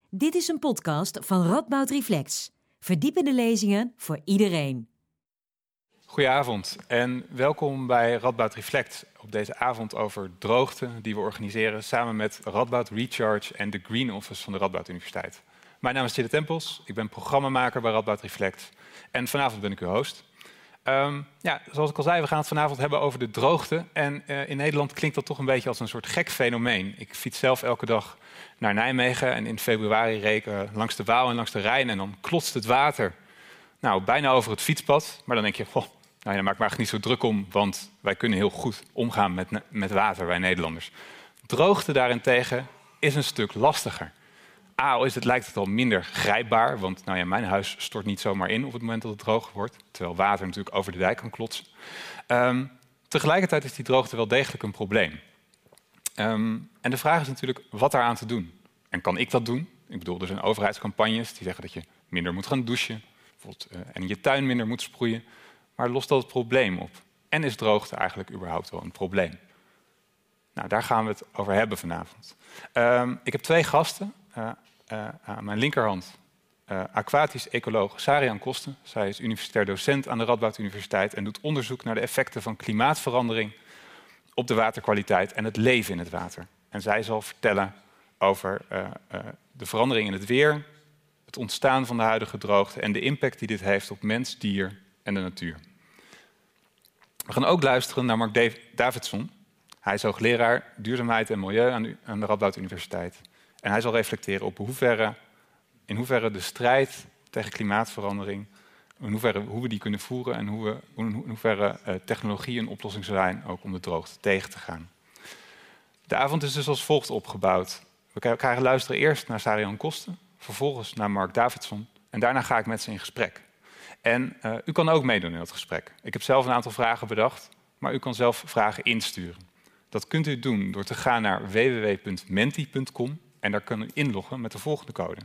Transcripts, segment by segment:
Dit is een podcast van Radboud Reflex. Verdiepende lezingen voor iedereen. Goedenavond en welkom bij Radboud Reflect op deze avond over droogte die we organiseren samen met Radboud Recharge en de Green Office van de Radboud Universiteit. Mijn naam is Tjille Tempels, ik ben programmamaker bij Radboud Reflect en vanavond ben ik uw host. Zoals ik al zei, we gaan het vanavond hebben over de droogte. En in Nederland klinkt dat toch een beetje als een soort gek fenomeen. Ik fiets zelf elke dag naar Nijmegen en in februari reken langs de Waal en langs de Rijn en dan klotst het water bijna over het fietspad. Maar dan denk je, daar maak ik me eigenlijk niet zo druk om, want wij kunnen heel goed omgaan met water, wij Nederlanders. Droogte daarentegen is een stuk lastiger. Lijkt het al minder grijpbaar, want mijn huis stort niet zomaar in op het moment dat het droog wordt. Terwijl water natuurlijk over de dijk kan klotsen. Tegelijkertijd is die droogte wel degelijk een probleem. En de vraag is natuurlijk wat daaraan te doen. En kan ik dat doen? Ik bedoel, er zijn overheidscampagnes die zeggen dat je minder moet gaan douchen. Bijvoorbeeld, en in je tuin minder moet sproeien. Maar lost dat het probleem op? En is droogte eigenlijk überhaupt wel een probleem? Daar gaan we het over hebben vanavond. Ik heb twee gasten. Aan mijn linkerhand aquatisch ecoloog Sarian Kosten. Zij is universitair docent aan de Radboud Universiteit en doet onderzoek naar de effecten van klimaatverandering op de waterkwaliteit en het leven in het water. En zij zal vertellen over de verandering in het weer, het ontstaan van de huidige droogte en de impact die dit heeft op mens, dier en de natuur. We gaan ook luisteren naar Mark Davidson. Hij is hoogleraar duurzaamheid en milieu aan de Radboud Universiteit. En hij zal reflecteren op in hoeverre de strijd tegen klimaatverandering, hoe we die kunnen voeren en in hoeverre technologie een oplossing zou zijn ook om de droogte tegen te gaan. De avond is dus als volgt opgebouwd. We krijgen luisteren eerst naar Sarian Kosten, vervolgens naar Mark Davidson en daarna ga ik met ze in gesprek. En u kan ook meedoen in dat gesprek. Ik heb zelf een aantal vragen bedacht, maar u kan zelf vragen insturen. Dat kunt u doen door te gaan naar www.menti.com en daar kunt u inloggen met de volgende code.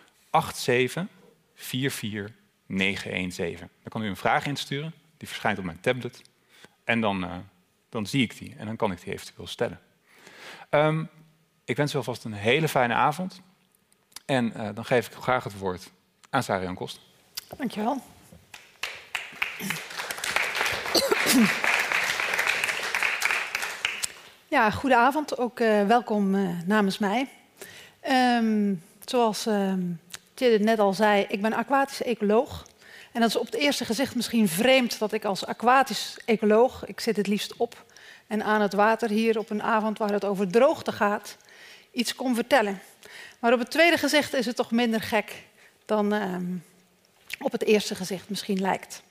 8744917. Dan kan u een vraag insturen, die verschijnt op mijn tablet. En dan zie ik die en dan kan ik die eventueel stellen. Ik wens u alvast een hele fijne avond. En dan geef ik graag het woord aan Sarian Kosten. Dankjewel. Ja, goedenavond. Ook welkom namens mij. Zoals Tjille net al zei, ik ben aquatisch ecoloog. En dat is op het eerste gezicht misschien vreemd dat ik als aquatisch ecoloog, ik zit het liefst op en aan het water hier op een avond waar het over droogte gaat, iets kom vertellen. Maar op het tweede gezicht is het toch minder gek dan op het eerste gezicht misschien lijkt.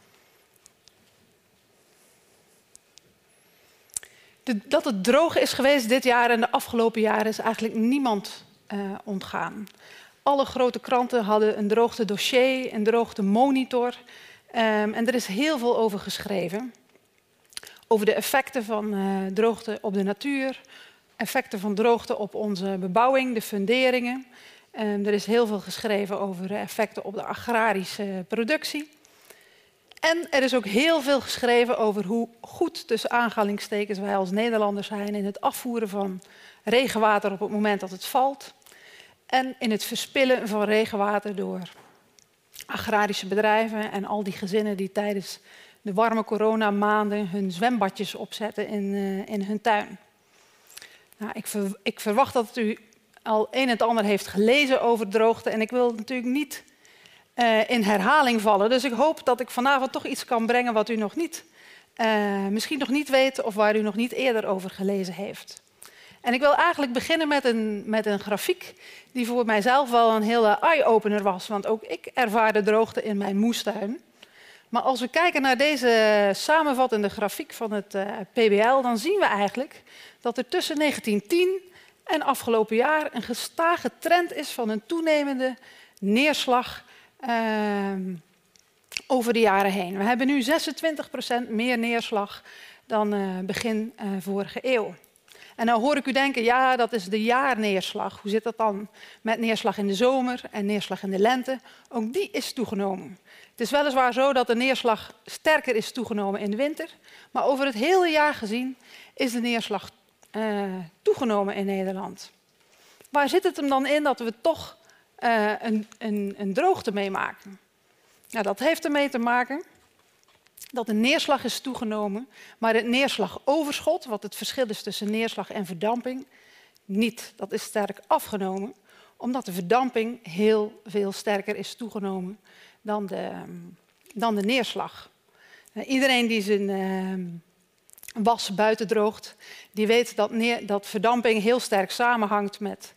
Dat het droog is geweest dit jaar en de afgelopen jaren is eigenlijk niemand ontgaan. Alle grote kranten hadden een droogtedossier, een droogtemonitor. En er is heel veel over geschreven. Over de effecten van droogte op de natuur. Effecten van droogte op onze bebouwing, de funderingen. Er is heel veel geschreven over de effecten op de agrarische productie. En er is ook heel veel geschreven over hoe goed, tussen aanhalingstekens, wij als Nederlanders zijn in het afvoeren van regenwater op het moment dat het valt. En in het verspillen van regenwater door agrarische bedrijven en al die gezinnen die tijdens de warme coronamaanden hun zwembadjes opzetten in hun tuin. Ik verwacht dat u al een en het ander heeft gelezen over droogte en ik wil natuurlijk niet in herhaling vallen. Dus ik hoop dat ik vanavond toch iets kan brengen wat u misschien nog niet weet of waar u nog niet eerder over gelezen heeft. En ik wil eigenlijk beginnen met een grafiek die voor mijzelf wel een hele eye-opener was. Want ook ik ervaar de droogte in mijn moestuin. Maar als we kijken naar deze samenvattende grafiek van het PBL, dan zien we eigenlijk dat er tussen 1910 en afgelopen jaar een gestage trend is van een toenemende neerslag over de jaren heen. We hebben nu 26% meer neerslag dan begin vorige eeuw. En dan hoor ik u denken, ja, dat is de jaarneerslag. Hoe zit dat dan met neerslag in de zomer en neerslag in de lente? Ook die is toegenomen. Het is weliswaar zo dat de neerslag sterker is toegenomen in de winter. Maar over het hele jaar gezien is de neerslag toegenomen in Nederland. Waar zit het hem dan in dat we toch een droogte meemaken. Nou, dat heeft ermee te maken dat de neerslag is toegenomen, maar het neerslagoverschot, wat het verschil is tussen neerslag en verdamping, niet. Dat is sterk afgenomen, omdat de verdamping heel veel sterker is toegenomen dan de neerslag. Iedereen die zijn was buiten droogt, die weet dat verdamping heel sterk samenhangt met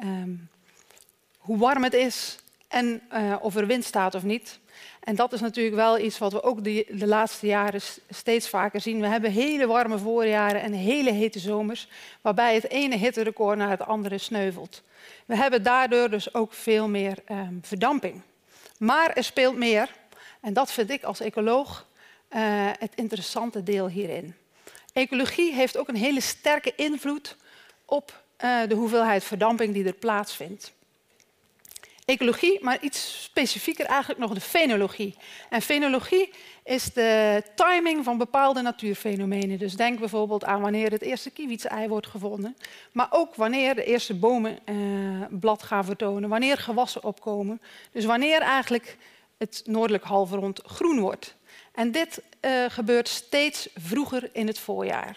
hoe warm het is en of er wind staat of niet. En dat is natuurlijk wel iets wat we ook de laatste jaren steeds vaker zien. We hebben hele warme voorjaren en hele hete zomers, waarbij het ene hitterecord naar het andere sneuvelt. We hebben daardoor dus ook veel meer verdamping. Maar er speelt meer, en dat vind ik als ecoloog het interessante deel hierin. Ecologie heeft ook een hele sterke invloed op de hoeveelheid verdamping die er plaatsvindt. Ecologie, maar iets specifieker eigenlijk nog de fenologie. En fenologie is de timing van bepaalde natuurfenomenen. Dus denk bijvoorbeeld aan wanneer het eerste kievitsei wordt gevonden. Maar ook wanneer de eerste bomen blad gaan vertonen. Wanneer gewassen opkomen. Dus wanneer eigenlijk het noordelijk halfrond groen wordt. En dit gebeurt steeds vroeger in het voorjaar.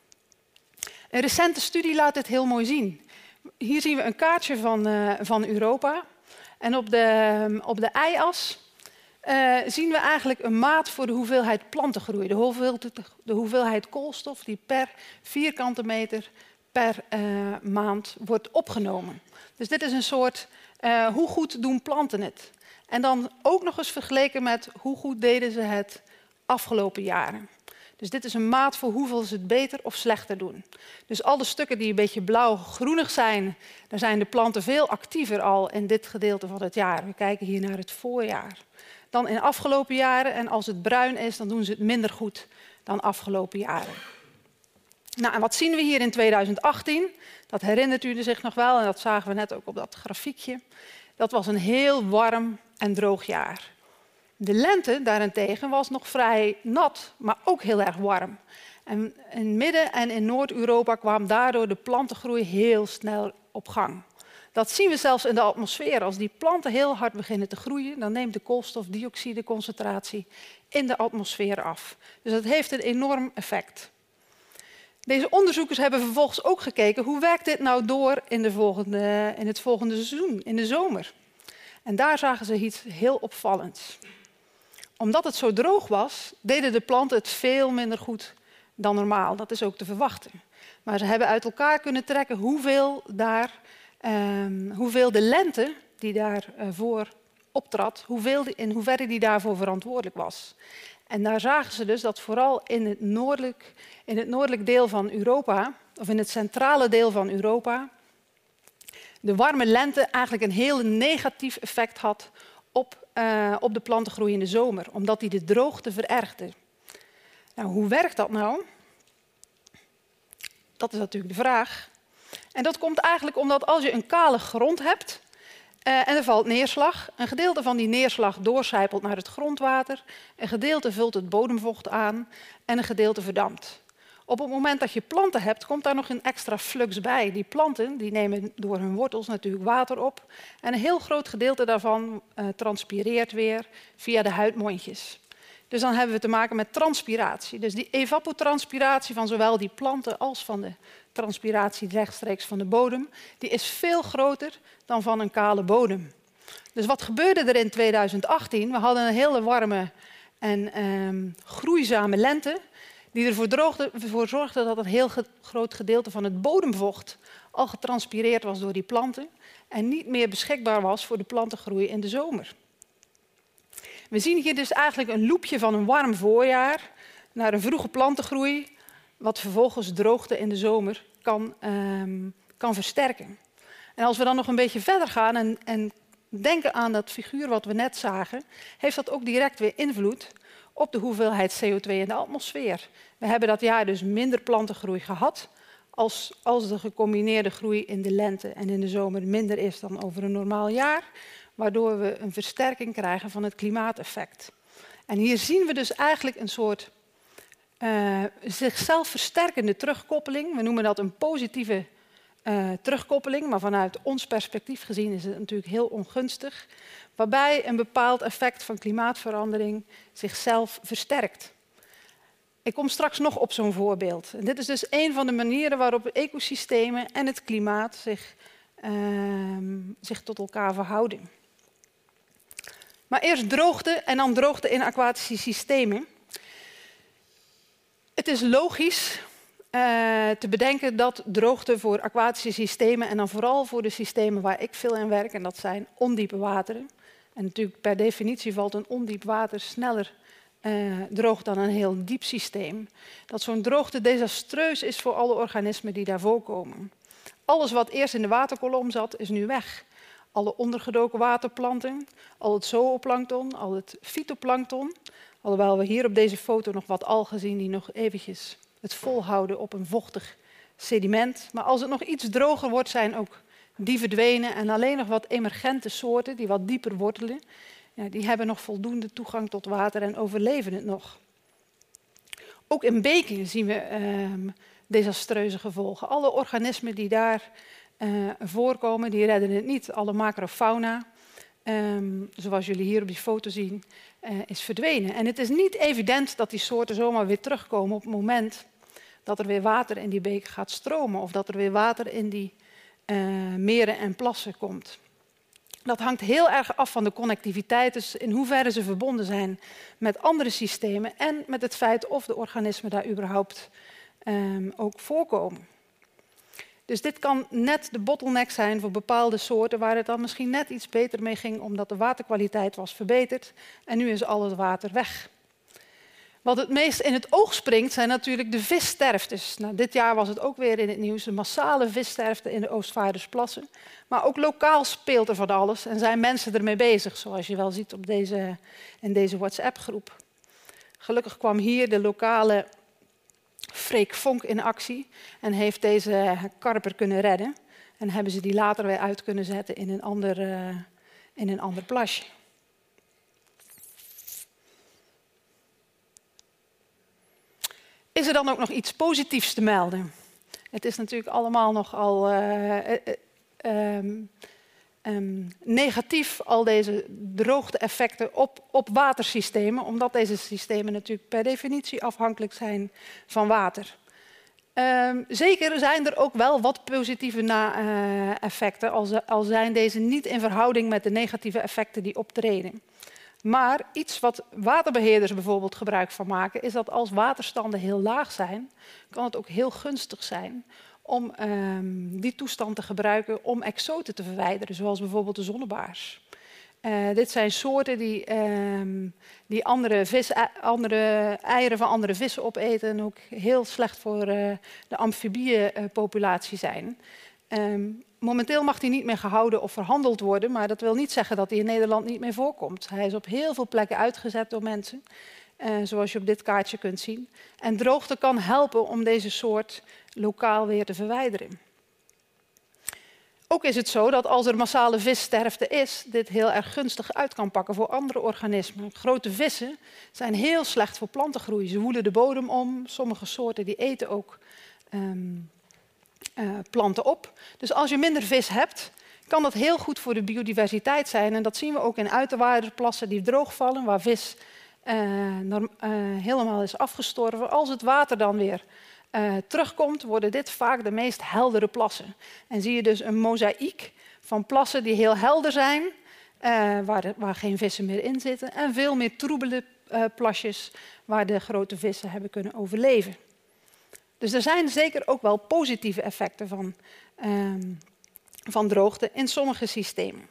Een recente studie laat dit heel mooi zien. Hier zien we een kaartje van Europa. En op de y-as zien we eigenlijk een maat voor de hoeveelheid plantengroei. De hoeveelheid koolstof die per vierkante meter per maand wordt opgenomen. Dus dit is een soort hoe goed doen planten het. En dan ook nog eens vergeleken met hoe goed deden ze het afgelopen jaren. Dus dit is een maat voor hoeveel ze het beter of slechter doen. Dus alle stukken die een beetje blauw-groenig zijn, daar zijn de planten veel actiever al in dit gedeelte van het jaar. We kijken hier naar het voorjaar. Dan in afgelopen jaren, en als het bruin is, dan doen ze het minder goed dan afgelopen jaren. Nou, en wat zien we hier in 2018? Dat herinnert u zich nog wel, en dat zagen we net ook op dat grafiekje. Dat was een heel warm en droog jaar. De lente daarentegen was nog vrij nat, maar ook heel erg warm. En in Midden- en in Noord-Europa kwam daardoor de plantengroei heel snel op gang. Dat zien we zelfs in de atmosfeer. Als die planten heel hard beginnen te groeien, dan neemt de koolstofdioxideconcentratie in de atmosfeer af. Dus dat heeft een enorm effect. Deze onderzoekers hebben vervolgens ook gekeken hoe werkt dit nou door in het volgende seizoen, in de zomer. En daar zagen ze iets heel opvallends. Omdat het zo droog was, deden de planten het veel minder goed dan normaal. Dat is ook te verwachten. Maar ze hebben uit elkaar kunnen trekken hoeveel de lente die daarvoor optrad, in hoeverre die daarvoor verantwoordelijk was. En daar zagen ze dus dat vooral in het noordelijk deel van Europa, of in het centrale deel van Europa, de warme lente eigenlijk een heel negatief effect had op de plantengroei in de zomer, omdat die de droogte verergde. Nou, hoe werkt dat nou? Dat is natuurlijk de vraag. En dat komt eigenlijk omdat als je een kale grond hebt en er valt neerslag, een gedeelte van die neerslag doorcijpelt naar het grondwater, een gedeelte vult het bodemvocht aan en een gedeelte verdampt. Op het moment dat je planten hebt, komt daar nog een extra flux bij. Die planten die nemen door hun wortels natuurlijk water op. En een heel groot gedeelte daarvan transpireert weer via de huidmondjes. Dus dan hebben we te maken met transpiratie. Dus die evapotranspiratie van zowel die planten als van de transpiratie rechtstreeks van de bodem, die is veel groter dan van een kale bodem. Dus wat gebeurde er in 2018? We hadden een hele warme en groeizame lente, die ervoor zorgde dat een heel groot gedeelte van het bodemvocht al getranspireerd was door die planten en niet meer beschikbaar was voor de plantengroei in de zomer. We zien hier dus eigenlijk een loopje van een warm voorjaar naar een vroege plantengroei, wat vervolgens droogte in de zomer kan versterken. En als we dan nog een beetje verder gaan en denken aan dat figuur wat we net zagen, heeft dat ook direct weer invloed op de hoeveelheid CO2 in de atmosfeer. We hebben dat jaar dus minder plantengroei gehad als de gecombineerde groei in de lente en in de zomer minder is dan over een normaal jaar, waardoor we een versterking krijgen van het klimaateffect. En hier zien we dus eigenlijk een soort zichzelf versterkende terugkoppeling. We noemen dat een positieve terugkoppeling, maar vanuit ons perspectief gezien is het natuurlijk heel ongunstig, waarbij een bepaald effect van klimaatverandering zichzelf versterkt. Ik kom straks nog op zo'n voorbeeld. En dit is dus een van de manieren waarop ecosystemen en het klimaat zich tot elkaar verhouden. Maar eerst droogte en dan droogte in aquatische systemen. Het is logisch te bedenken dat droogte voor aquatische systemen en dan vooral voor de systemen waar ik veel in werk, en dat zijn ondiepe wateren. En natuurlijk per definitie valt een ondiep water sneller droog dan een heel diep systeem. Dat zo'n droogte desastreus is voor alle organismen die daar voorkomen. Alles wat eerst in de waterkolom zat, is nu weg. Alle ondergedoken waterplanten, al het zooplankton, al het fytoplankton. Alhoewel we hier op deze foto nog wat algen zien die nog eventjes het volhouden op een vochtig sediment. Maar als het nog iets droger wordt, zijn ook die verdwenen. En alleen nog wat emergente soorten die wat dieper wortelen, ja, die hebben nog voldoende toegang tot water en overleven het nog. Ook in beken zien we desastreuze gevolgen. Alle organismen die daar voorkomen, die redden het niet. Alle macrofauna, zoals jullie hier op die foto zien, is verdwenen. En het is niet evident dat die soorten zomaar weer terugkomen op het moment dat er weer water in die beken gaat stromen of dat er weer water in die meren en plassen komt. Dat hangt heel erg af van de connectiviteit, dus in hoeverre ze verbonden zijn met andere systemen en met het feit of de organismen daar überhaupt ook voorkomen. Dus dit kan net de bottleneck zijn voor bepaalde soorten waar het dan misschien net iets beter mee ging omdat de waterkwaliteit was verbeterd en nu is al het water weg. Wat het meest in het oog springt zijn natuurlijk de vissterftes. Nou, dit jaar was het ook weer in het nieuws, de massale vissterfte in de Oostvaardersplassen. Maar ook lokaal speelt er van alles en zijn mensen ermee bezig, zoals je wel ziet op in deze WhatsApp-groep. Gelukkig kwam hier de lokale Freek Vonk in actie en heeft deze karper kunnen redden. En hebben ze die later weer uit kunnen zetten in een ander plasje. Is er dan ook nog iets positiefs te melden? Het is natuurlijk allemaal nogal negatief, al deze droogte-effecten op watersystemen, omdat deze systemen natuurlijk per definitie afhankelijk zijn van water. Zeker zijn er ook wel wat positieve effecten, al zijn deze niet in verhouding met de negatieve effecten die optreden. Maar iets wat waterbeheerders bijvoorbeeld gebruik van maken, is dat als waterstanden heel laag zijn, kan het ook heel gunstig zijn om die toestand te gebruiken om exoten te verwijderen, zoals bijvoorbeeld de zonnebaars. Dit zijn soorten die andere eieren van andere vissen opeten en ook heel slecht voor de amfibieënpopulatie zijn. Momenteel mag die niet meer gehouden of verhandeld worden, maar dat wil niet zeggen dat hij in Nederland niet meer voorkomt. Hij is op heel veel plekken uitgezet door mensen, zoals je op dit kaartje kunt zien. En droogte kan helpen om deze soort lokaal weer te verwijderen. Ook is het zo dat als er massale vissterfte is, dit heel erg gunstig uit kan pakken voor andere organismen. Grote vissen zijn heel slecht voor plantengroei. Ze woelen de bodem om. Sommige soorten die eten ook planten op. Dus als je minder vis hebt, kan dat heel goed voor de biodiversiteit zijn. En dat zien we ook in uiterwaardersplassen die droogvallen, waar vis helemaal is afgestorven. Als het water dan weer terugkomt, worden dit vaak de meest heldere plassen. En zie je dus een mozaïek van plassen die heel helder zijn, waar geen vissen meer in zitten, en veel meer troebele plasjes waar de grote vissen hebben kunnen overleven. Dus er zijn zeker ook wel positieve effecten van droogte in sommige systemen.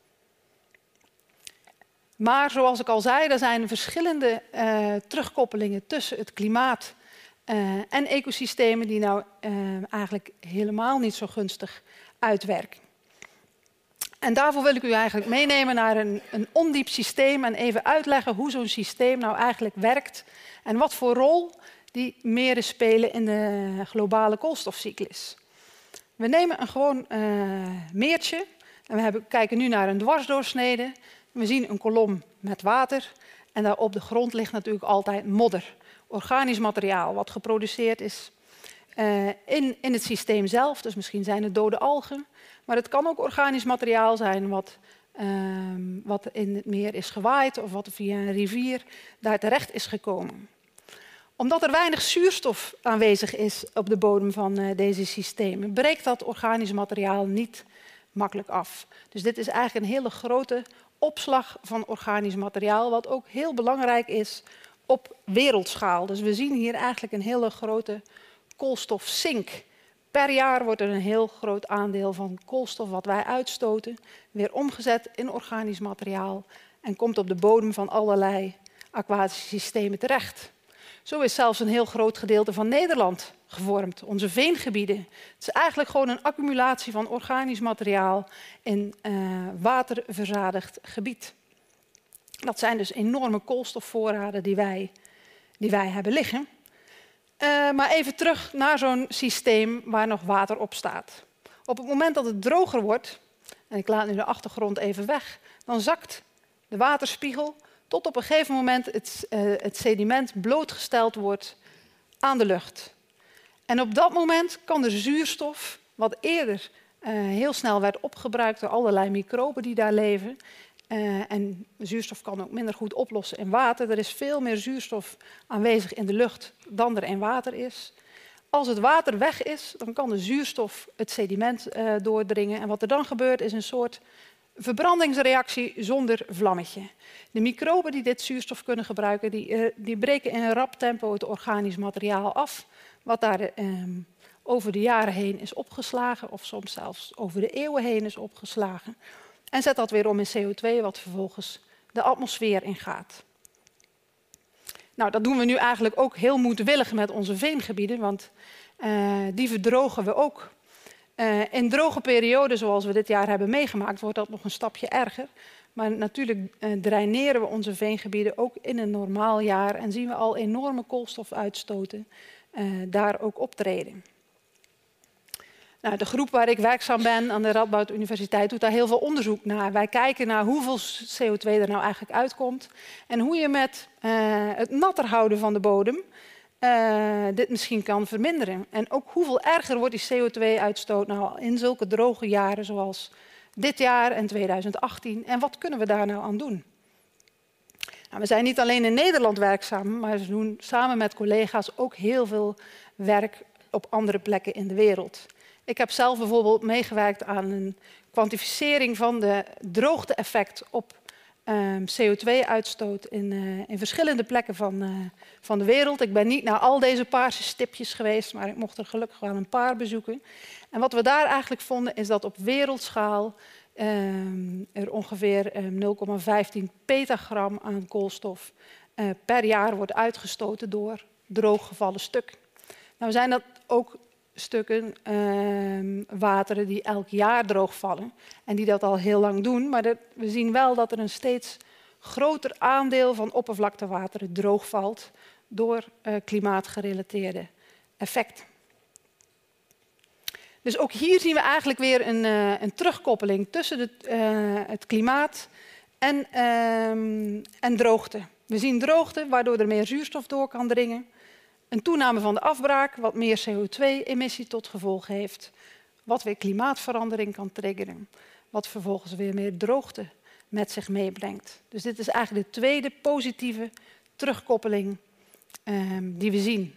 Maar zoals ik al zei, er zijn verschillende terugkoppelingen tussen het klimaat en ecosystemen die nou eigenlijk helemaal niet zo gunstig uitwerken. En daarvoor wil ik u eigenlijk meenemen naar een ondiep systeem en even uitleggen hoe zo'n systeem nou eigenlijk werkt en wat voor rol die meren spelen in de globale koolstofcyclus. We nemen een gewoon meertje en we kijken nu naar een dwarsdoorsnede. We zien een kolom met water en daar op de grond ligt natuurlijk altijd modder. Organisch materiaal wat geproduceerd is in het systeem zelf. Dus misschien zijn het dode algen. Maar het kan ook organisch materiaal zijn wat in het meer is gewaaid of wat via een rivier daar terecht is gekomen. Omdat er weinig zuurstof aanwezig is op de bodem van deze systemen, breekt dat organisch materiaal niet makkelijk af. Dus dit is eigenlijk een hele grote opslag van organisch materiaal, wat ook heel belangrijk is op wereldschaal. Dus we zien hier eigenlijk een hele grote koolstofsink. Per jaar wordt er een heel groot aandeel van koolstof wat wij uitstoten weer omgezet in organisch materiaal en komt op de bodem van allerlei aquatische systemen terecht. Zo is zelfs een heel groot gedeelte van Nederland gevormd, onze veengebieden. Het is eigenlijk gewoon een accumulatie van organisch materiaal in waterverzadigd gebied. Dat zijn dus enorme koolstofvoorraden die wij hebben liggen. Maar even terug naar zo'n systeem waar nog water op staat. Op het moment dat het droger wordt, en ik laat nu de achtergrond even weg, dan zakt de waterspiegel tot op een gegeven moment het sediment blootgesteld wordt aan de lucht. En op dat moment kan de zuurstof, wat eerder heel snel werd opgebruikt door allerlei microben die daar leven, en zuurstof kan ook minder goed oplossen in water. Er is veel meer zuurstof aanwezig in de lucht dan er in water is. Als het water weg is, dan kan de zuurstof het sediment doordringen. En wat er dan gebeurt is een soort verbrandingsreactie zonder vlammetje. De microben die dit zuurstof kunnen gebruiken, die breken in een rap tempo het organisch materiaal af. Wat daar over de jaren heen is opgeslagen, of soms zelfs over de eeuwen heen is opgeslagen. En zet dat weer om in CO2, wat vervolgens de atmosfeer ingaat. Nou, dat doen we nu eigenlijk ook heel moedwillig met onze veengebieden, want die verdrogen we ook. In droge perioden, zoals we dit jaar hebben meegemaakt, wordt dat nog een stapje erger. Maar natuurlijk draineren we onze veengebieden ook in een normaal jaar en zien we al enorme koolstofuitstoten daar ook optreden. Nou, de groep waar ik werkzaam ben aan de Radboud Universiteit doet daar heel veel onderzoek naar. Wij kijken naar hoeveel CO2 er nou eigenlijk uitkomt en hoe je met het natter houden van de bodem dit misschien kan verminderen. En ook hoeveel erger wordt die CO2-uitstoot nou in zulke droge jaren zoals dit jaar en 2018. En wat kunnen we daar nou aan doen? Nou, we zijn niet alleen in Nederland werkzaam, maar we doen samen met collega's ook heel veel werk op andere plekken in de wereld. Ik heb zelf bijvoorbeeld meegewerkt aan een kwantificering van de droogte-effect op CO2-uitstoot in verschillende plekken van de wereld. Ik ben niet naar al deze paarse stipjes geweest, maar ik mocht er gelukkig wel een paar bezoeken. En wat we daar eigenlijk vonden is dat op wereldschaal er ongeveer 0,15 petagram aan koolstof per jaar wordt uitgestoten door drooggevallen stukken. Nou zijn dat ook stukken wateren die elk jaar droogvallen en die dat al heel lang doen. Maar we zien wel dat er een steeds groter aandeel van oppervlaktewateren droogvalt door klimaatgerelateerde effecten. Dus ook hier zien we eigenlijk weer een terugkoppeling tussen het klimaat en droogte. We zien droogte, waardoor er meer zuurstof door kan dringen. Een toename van de afbraak, wat meer CO2-emissie tot gevolg heeft. Wat weer klimaatverandering kan triggeren. Wat vervolgens weer meer droogte met zich meebrengt. Dus dit is eigenlijk de tweede positieve terugkoppeling die we zien.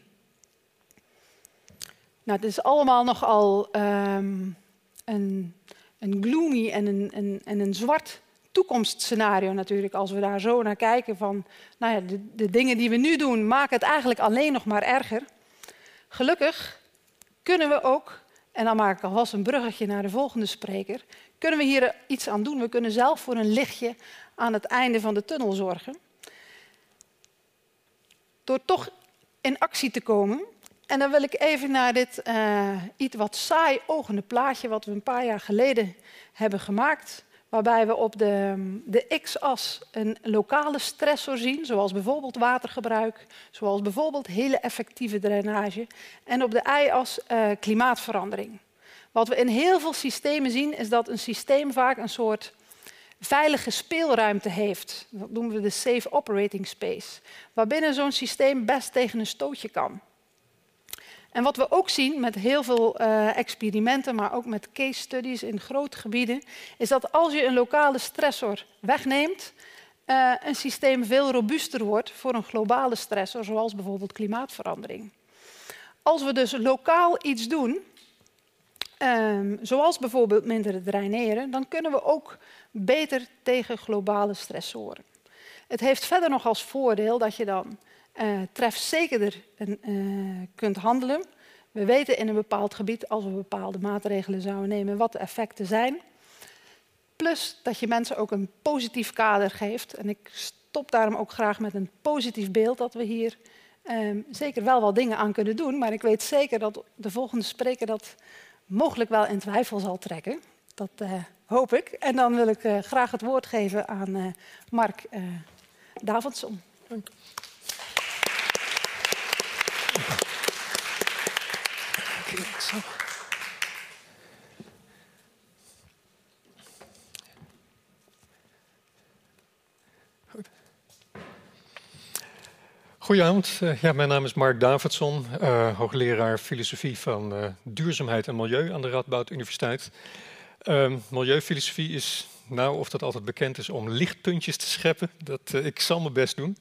Nou, het is allemaal nogal een gloomy en een zwart toekomstscenario natuurlijk. Als we daar zo naar kijken van, nou ja, de dingen die we nu doen maken het eigenlijk alleen nog maar erger. Gelukkig kunnen we ook, en dan maak ik alvast een bruggetje naar de volgende spreker, kunnen we hier iets aan doen. We kunnen zelf voor een lichtje aan het einde van de tunnel zorgen. Door toch in actie te komen. En dan wil ik even naar dit iets wat saai ogende plaatje wat we een paar jaar geleden hebben gemaakt. Waarbij we op de x-as een lokale stressor zien, zoals bijvoorbeeld watergebruik, zoals bijvoorbeeld hele effectieve drainage. En op de y-as klimaatverandering. Wat we in heel veel systemen zien, is dat een systeem vaak een soort veilige speelruimte heeft. Dat noemen we de safe operating space. Waarbinnen zo'n systeem best tegen een stootje kan. En wat we ook zien met heel veel experimenten, maar ook met case studies in grote gebieden, is dat als je een lokale stressor wegneemt, een systeem veel robuuster wordt voor een globale stressor, zoals bijvoorbeeld klimaatverandering. Als we dus lokaal iets doen, zoals bijvoorbeeld minder draineren, dan kunnen we ook beter tegen globale stressoren. Het heeft verder nog als voordeel dat je dan trefzekerder kunt handelen. We weten in een bepaald gebied, als we bepaalde maatregelen zouden nemen, wat de effecten zijn. Plus dat je mensen ook een positief kader geeft. En ik stop daarom ook graag met een positief beeld, dat we hier zeker wel wat dingen aan kunnen doen. Maar ik weet zeker dat de volgende spreker dat mogelijk wel in twijfel zal trekken. Dat hoop ik. En dan wil ik graag het woord geven aan Mark Davidson. Dank. Zo. Goed. Goedenavond, mijn naam is Mark Davidson, hoogleraar filosofie van duurzaamheid en milieu aan de Radboud Universiteit. Milieufilosofie is, nou of dat altijd bekend is, om lichtpuntjes te scheppen. Ik zal mijn best doen.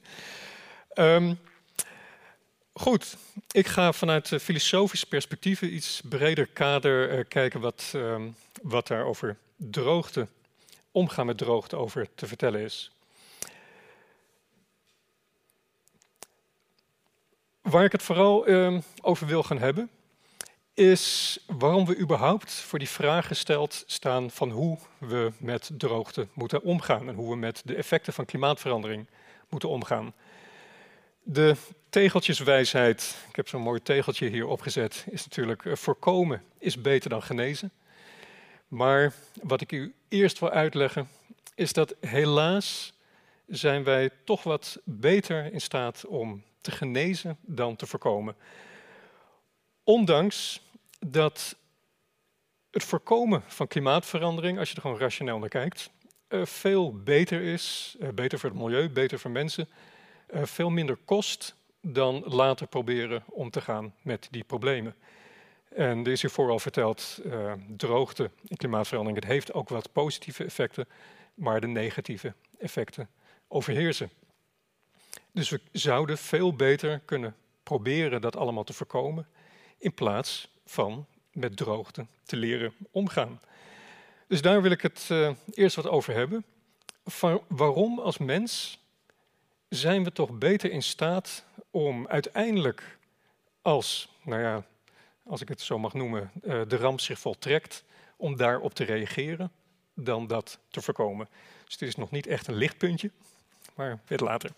Goed, ik ga vanuit filosofisch perspectief iets breder kader kijken wat daar over droogte, omgaan met droogte over te vertellen is. Waar ik het vooral over wil gaan hebben, is waarom we überhaupt voor die vraag gesteld staan van hoe we met droogte moeten omgaan en hoe we met de effecten van klimaatverandering moeten omgaan. De tegeltjeswijsheid, ik heb zo'n mooi tegeltje hier opgezet, is natuurlijk voorkomen is beter dan genezen. Maar wat ik u eerst wil uitleggen, is dat helaas zijn wij toch wat beter in staat om te genezen dan te voorkomen. Ondanks dat het voorkomen van klimaatverandering, als je er gewoon rationeel naar kijkt, veel beter is, beter voor het milieu, beter voor mensen, veel minder kost dan later proberen om te gaan met die problemen. En er is hiervoor al verteld, droogte en klimaatverandering, het heeft ook wat positieve effecten, maar de negatieve effecten overheersen. Dus we zouden veel beter kunnen proberen dat allemaal te voorkomen, in plaats van met droogte te leren omgaan. Dus daar wil ik het eerst wat over hebben. Waarom als mens zijn we toch beter in staat om uiteindelijk als ik het zo mag noemen, de ramp zich voltrekt, om daarop te reageren, dan dat te voorkomen. Dus het is nog niet echt een lichtpuntje, maar weer later.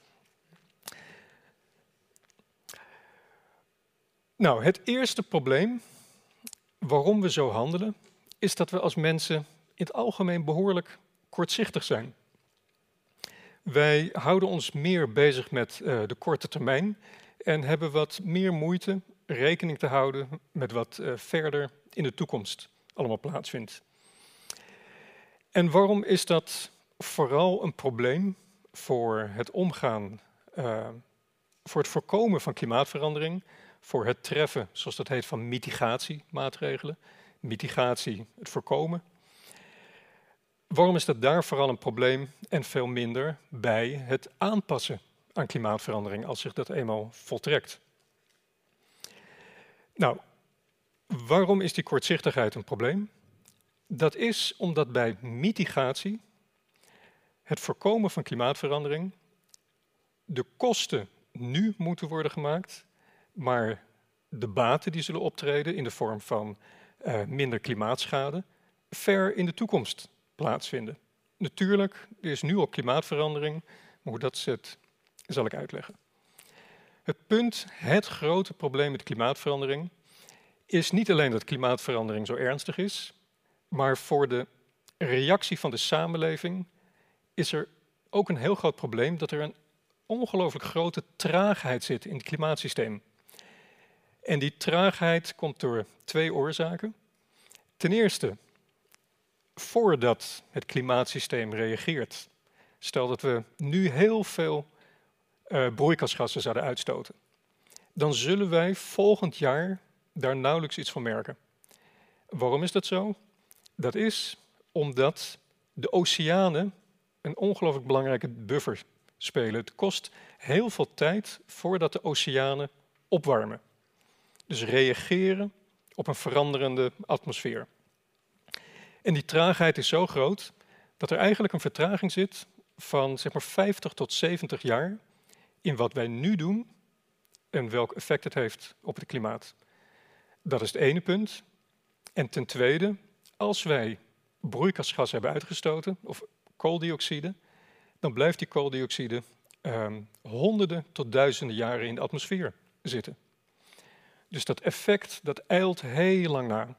Nou, het eerste probleem waarom we zo handelen, is dat we als mensen in het algemeen behoorlijk kortzichtig zijn. Wij houden ons meer bezig met de korte termijn en hebben wat meer moeite rekening te houden met wat verder in de toekomst allemaal plaatsvindt. En waarom is dat vooral een probleem voor het omgaan, voor het voorkomen van klimaatverandering, voor het treffen, zoals dat heet, van mitigatiemaatregelen. Mitigatie, het voorkomen. Waarom is dat daar vooral een probleem en veel minder bij het aanpassen aan klimaatverandering als zich dat eenmaal voltrekt? Nou, waarom is die kortzichtigheid een probleem? Dat is omdat bij mitigatie, het voorkomen van klimaatverandering, de kosten nu moeten worden gemaakt, maar de baten die zullen optreden in de vorm van minder klimaatschade ver in de toekomst plaatsvinden. Natuurlijk, er is nu al klimaatverandering, maar hoe dat zit, zal ik uitleggen. Het grote probleem met klimaatverandering is niet alleen dat klimaatverandering zo ernstig is, maar voor de reactie van de samenleving is er ook een heel groot probleem dat er een ongelooflijk grote traagheid zit in het klimaatsysteem. En die traagheid komt door 2 oorzaken. Ten eerste, voordat het klimaatsysteem reageert, stel dat we nu heel veel broeikasgassen zouden uitstoten, dan zullen wij volgend jaar daar nauwelijks iets van merken. Waarom is dat zo? Dat is omdat de oceanen een ongelooflijk belangrijke buffer spelen. Het kost heel veel tijd voordat de oceanen opwarmen. Dus reageren op een veranderende atmosfeer. En die traagheid is zo groot dat er eigenlijk een vertraging zit van zeg maar 50 tot 70 jaar in wat wij nu doen en welk effect het heeft op het klimaat. Dat is het ene punt. En ten tweede, als wij broeikasgas hebben uitgestoten, of kooldioxide, dan blijft die kooldioxide honderden tot duizenden jaren in de atmosfeer zitten. Dus dat effect, dat eilt heel lang na.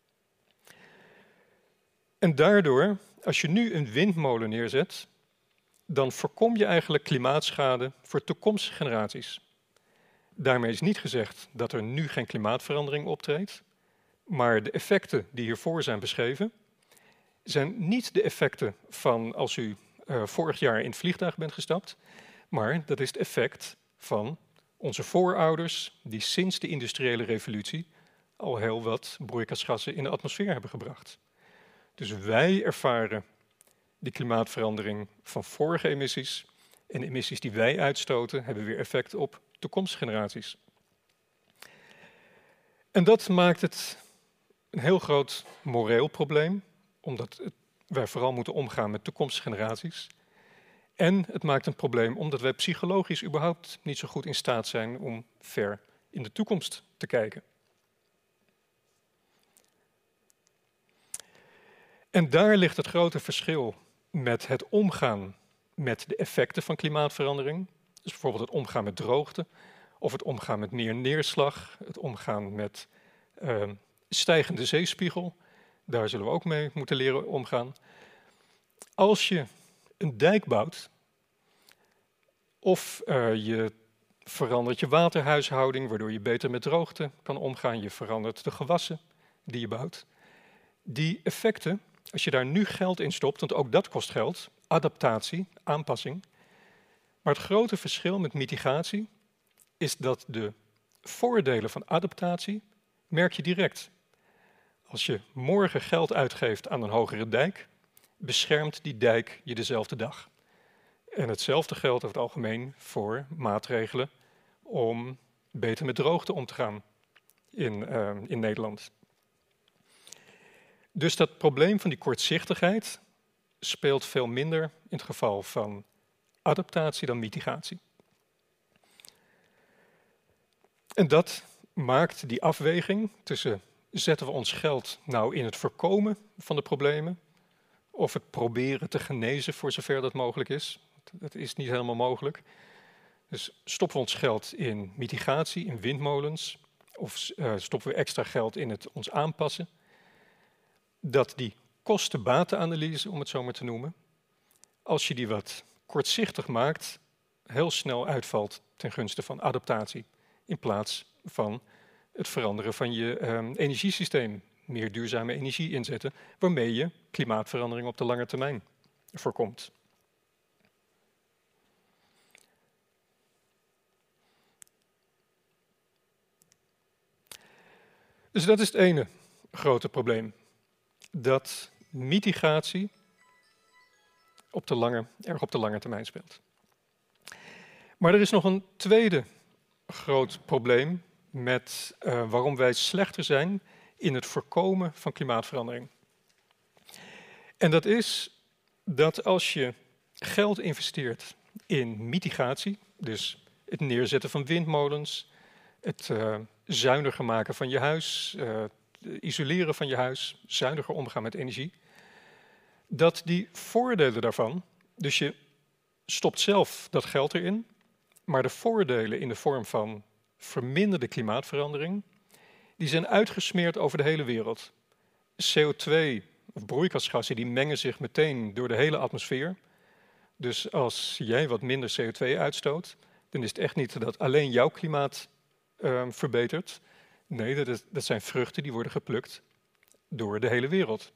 En daardoor, als je nu een windmolen neerzet, dan voorkom je eigenlijk klimaatschade voor toekomstige generaties. Daarmee is niet gezegd dat er nu geen klimaatverandering optreedt, maar de effecten die hiervoor zijn beschreven, zijn niet de effecten van als u vorig jaar in het vliegtuig bent gestapt, maar dat is het effect van onze voorouders die sinds de industriële revolutie al heel wat broeikasgassen in de atmosfeer hebben gebracht. Dus wij ervaren die klimaatverandering van vorige emissies en de emissies die wij uitstoten hebben weer effect op toekomstige generaties. En dat maakt het een heel groot moreel probleem, omdat wij vooral moeten omgaan met toekomstige generaties. En het maakt een probleem omdat wij psychologisch überhaupt niet zo goed in staat zijn om ver in de toekomst te kijken. En daar ligt het grote verschil met het omgaan met de effecten van klimaatverandering. Dus bijvoorbeeld het omgaan met droogte, of het omgaan met meer neerslag, het omgaan met stijgende zeespiegel. Daar zullen we ook mee moeten leren omgaan. Als je een dijk bouwt, of je verandert je waterhuishouding, waardoor je beter met droogte kan omgaan, je verandert de gewassen die je bouwt. Die effecten, als je daar nu geld in stopt, want ook dat kost geld, adaptatie, aanpassing. Maar het grote verschil met mitigatie is dat de voordelen van adaptatie merk je direct. Als je morgen geld uitgeeft aan een hogere dijk, beschermt die dijk je dezelfde dag. En hetzelfde geldt over het algemeen voor maatregelen om beter met droogte om te gaan in Nederland. Dus dat probleem van die kortzichtigheid speelt veel minder in het geval van adaptatie dan mitigatie. En dat maakt die afweging tussen zetten we ons geld nou in het voorkomen van de problemen of het proberen te genezen voor zover dat mogelijk is. Dat is niet helemaal mogelijk. Dus stoppen we ons geld in mitigatie, in windmolens, of stoppen we extra geld in het ons aanpassen, dat die kosten-batenanalyse, om het zo maar te noemen, als je die wat kortzichtig maakt, heel snel uitvalt ten gunste van adaptatie, in plaats van het veranderen van je energiesysteem, meer duurzame energie inzetten, waarmee je klimaatverandering op de lange termijn voorkomt. Dus dat is het ene grote probleem. Dat mitigatie erg op de lange termijn speelt. Maar er is nog een tweede groot probleem met waarom wij slechter zijn in het voorkomen van klimaatverandering. En dat is dat als je geld investeert in mitigatie, dus het neerzetten van windmolens, het zuiniger maken van je huis, isoleren van je huis, zuiniger omgaan met energie, dat die voordelen daarvan, dus je stopt zelf dat geld erin, maar de voordelen in de vorm van verminderde klimaatverandering, die zijn uitgesmeerd over de hele wereld. CO2 of broeikasgassen die mengen zich meteen door de hele atmosfeer. Dus als jij wat minder CO2 uitstoot, dan is het echt niet dat alleen jouw klimaat verbetert. Nee, dat zijn vruchten die worden geplukt door de hele wereld.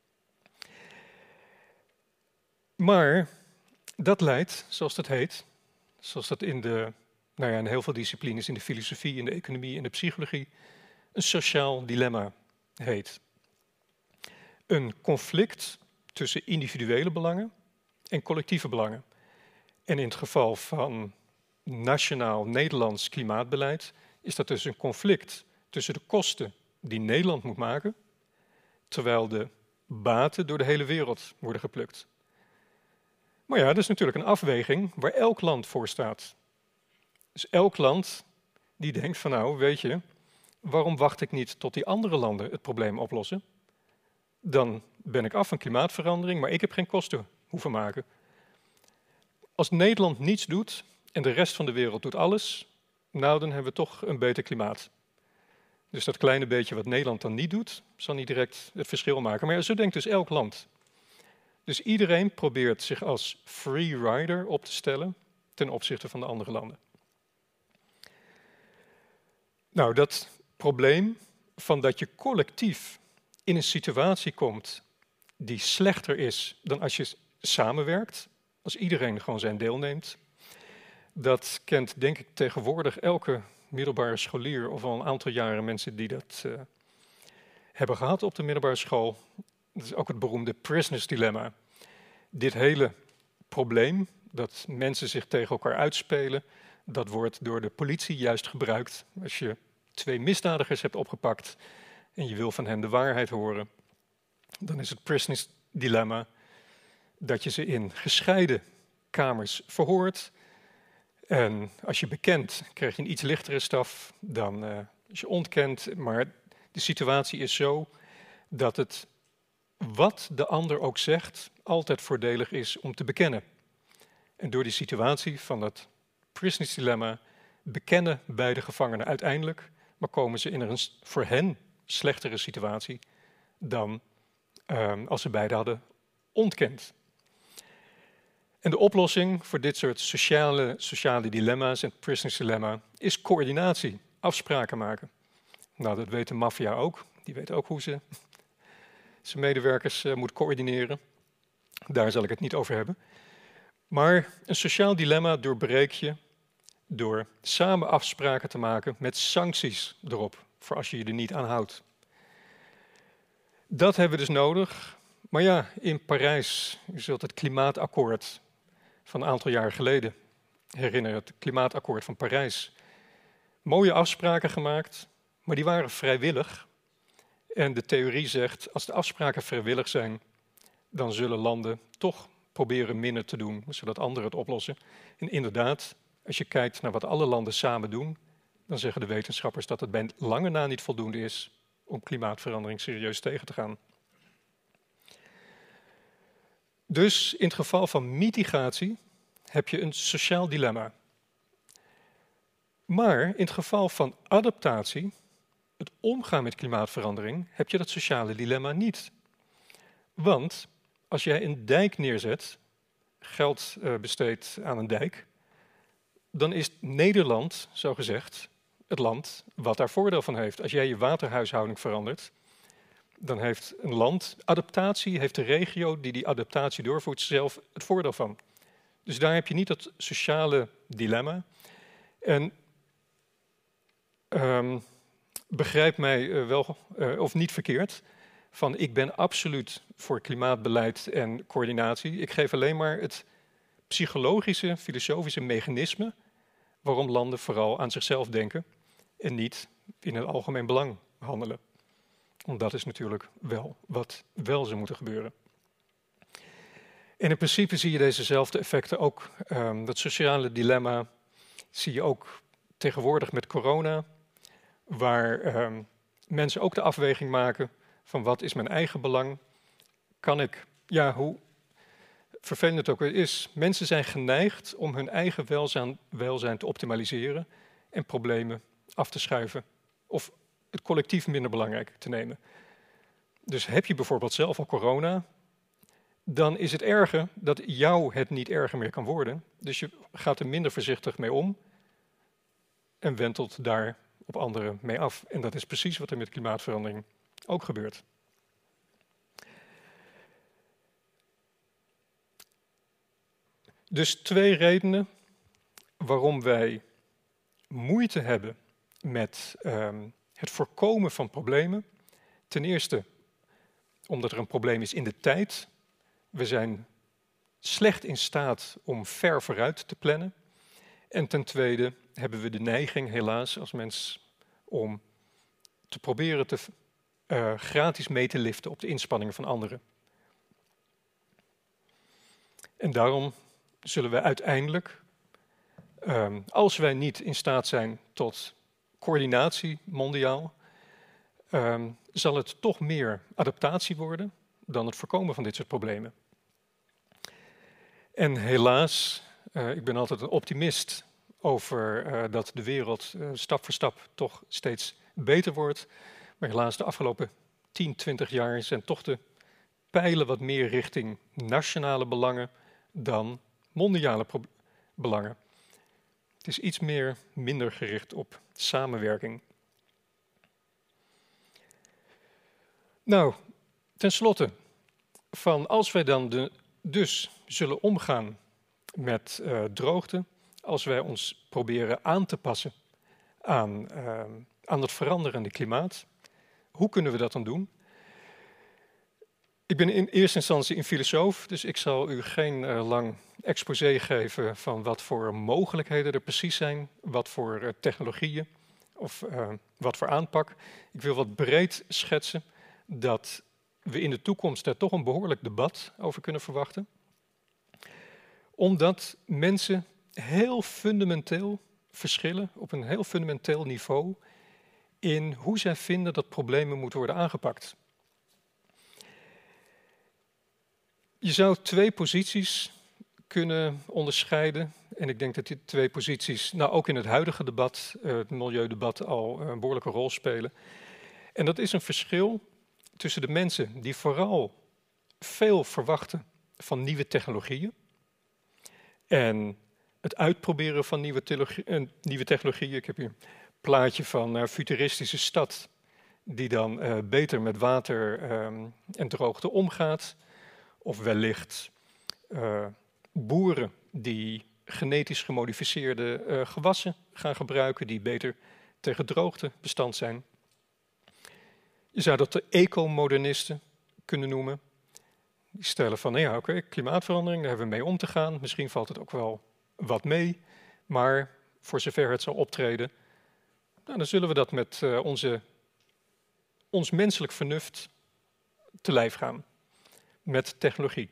Maar dat leidt, zoals dat heet, zoals dat in heel veel disciplines, in de filosofie, in de economie, in de psychologie, een sociaal dilemma heet. Een conflict tussen individuele belangen en collectieve belangen. En in het geval van nationaal Nederlands klimaatbeleid is dat dus een conflict tussen de kosten die Nederland moet maken, terwijl de baten door de hele wereld worden geplukt. Maar ja, dat is natuurlijk een afweging waar elk land voor staat. Dus elk land die denkt van nou, weet je, waarom wacht ik niet tot die andere landen het probleem oplossen? Dan ben ik af van klimaatverandering, maar ik heb geen kosten hoeven maken. Als Nederland niets doet en de rest van de wereld doet alles, nou dan hebben we toch een beter klimaat. Dus dat kleine beetje wat Nederland dan niet doet, zal niet direct het verschil maken. Maar ja, zo denkt dus elk land. Dus iedereen probeert zich als free rider op te stellen ten opzichte van de andere landen. Nou, dat probleem van dat je collectief in een situatie komt die slechter is dan als je samenwerkt, als iedereen gewoon zijn deel neemt, dat kent denk ik tegenwoordig elke middelbare scholier of al een aantal jaren mensen die dat hebben gehad op de middelbare school. Dat is ook het beroemde prisoners dilemma. Dit hele probleem dat mensen zich tegen elkaar uitspelen, dat wordt door de politie juist gebruikt. Als je 2 misdadigers hebt opgepakt en je wil van hen de waarheid horen, dan is het prisoners dilemma dat je ze in gescheiden kamers verhoort. En als je bekent, krijg je een iets lichtere straf dan als je ontkent. Maar de situatie is zo dat het, wat de ander ook zegt, altijd voordelig is om te bekennen. En door die situatie van dat prisoners dilemma bekennen beide gevangenen uiteindelijk, maar komen ze in een voor hen slechtere situatie dan als ze beide hadden ontkend. En de oplossing voor dit soort sociale dilemma's en het prisoners dilemma is coördinatie, afspraken maken. Nou, dat weet de maffia ook. Die weet ook hoe ze zijn medewerkers moet coördineren. Daar zal ik het niet over hebben. Maar een sociaal dilemma doorbreek je door samen afspraken te maken met sancties erop, voor als je je er niet aan houdt. Dat hebben we dus nodig. Maar ja, in Parijs, u zult het klimaatakkoord van een aantal jaar geleden herinneren, het klimaatakkoord van Parijs. Mooie afspraken gemaakt, maar die waren vrijwillig. En de theorie zegt, als de afspraken vrijwillig zijn, dan zullen landen toch proberen minder te doen, zodat anderen het oplossen. En inderdaad, als je kijkt naar wat alle landen samen doen, dan zeggen de wetenschappers dat het bij lange na niet voldoende is om klimaatverandering serieus tegen te gaan. Dus in het geval van mitigatie heb je een sociaal dilemma. Maar in het geval van adaptatie, het omgaan met klimaatverandering, heb je dat sociale dilemma niet. Want als jij een dijk neerzet, geld besteedt aan een dijk, dan is Nederland, zogezegd, het land wat daar voordeel van heeft. Als jij je waterhuishouding verandert, dan heeft een land adaptatie, heeft de regio die die adaptatie doorvoert zelf het voordeel van. Dus daar heb je niet dat sociale dilemma. En begrijp mij wel of niet verkeerd, van ik ben absoluut voor klimaatbeleid en coördinatie. Ik geef alleen maar het psychologische, filosofische mechanisme waarom landen vooral aan zichzelf denken en niet in het algemeen belang handelen. Want dat is natuurlijk wel wat wel zou moeten gebeuren. En in principe zie je dezezelfde effecten ook. Dat sociale dilemma zie je ook tegenwoordig met corona, waar mensen ook de afweging maken van wat is mijn eigen belang? Kan ik, ja, hoe vervelend het ook weer is, mensen zijn geneigd om hun eigen welzijn te optimaliseren en problemen af te schuiven of het collectief minder belangrijk te nemen. Dus heb je bijvoorbeeld zelf al corona, dan is het erger dat jou het niet erger meer kan worden. Dus je gaat er minder voorzichtig mee om en wentelt daar op anderen mee af. En dat is precies wat er met klimaatverandering ook gebeurt. Dus 2 redenen waarom wij moeite hebben met het voorkomen van problemen. Ten eerste omdat er een probleem is in de tijd. We zijn slecht in staat om ver vooruit te plannen. En ten tweede hebben we de neiging, helaas, als mens om te proberen gratis mee te liften op de inspanningen van anderen. En daarom zullen we uiteindelijk, als wij niet in staat zijn tot coördinatie mondiaal, zal het toch meer adaptatie worden dan het voorkomen van dit soort problemen. En helaas, ik ben altijd een optimist over dat de wereld stap voor stap toch steeds beter wordt. Maar helaas de afgelopen 10, 20 jaar zijn toch de pijlen wat meer richting nationale belangen dan mondiale belangen. Het is iets minder gericht op samenwerking. Nou, tenslotte, als wij dan dus zullen omgaan met droogte, als wij ons proberen aan te passen aan het veranderende klimaat, hoe kunnen we dat dan doen? Ik ben in eerste instantie een filosoof, dus ik zal u geen lang exposé geven van wat voor mogelijkheden er precies zijn, wat voor technologieën of wat voor aanpak. Ik wil wat breed schetsen dat we in de toekomst daar toch een behoorlijk debat over kunnen verwachten. Omdat mensen heel fundamenteel verschillen, op een heel fundamenteel niveau, in hoe zij vinden dat problemen moeten worden aangepakt. Je zou 2 posities kunnen onderscheiden. En ik denk dat die 2 posities, nou ook in het huidige debat, het milieudebat, al een behoorlijke rol spelen. En dat is een verschil tussen de mensen die vooral veel verwachten van nieuwe technologieën. En het uitproberen van nieuwe technologieën. Ik heb hier een plaatje van een futuristische stad die dan beter met water en droogte omgaat. Of wellicht boeren die genetisch gemodificeerde gewassen gaan gebruiken die beter tegen droogte bestand zijn. Je zou dat de ecomodernisten kunnen noemen. Die stellen van, ja, oké, klimaatverandering, daar hebben we mee om te gaan. Misschien valt het ook wel wat mee, maar voor zover het zal optreden, nou, dan zullen we dat met ons menselijk vernuft te lijf gaan. Met technologie.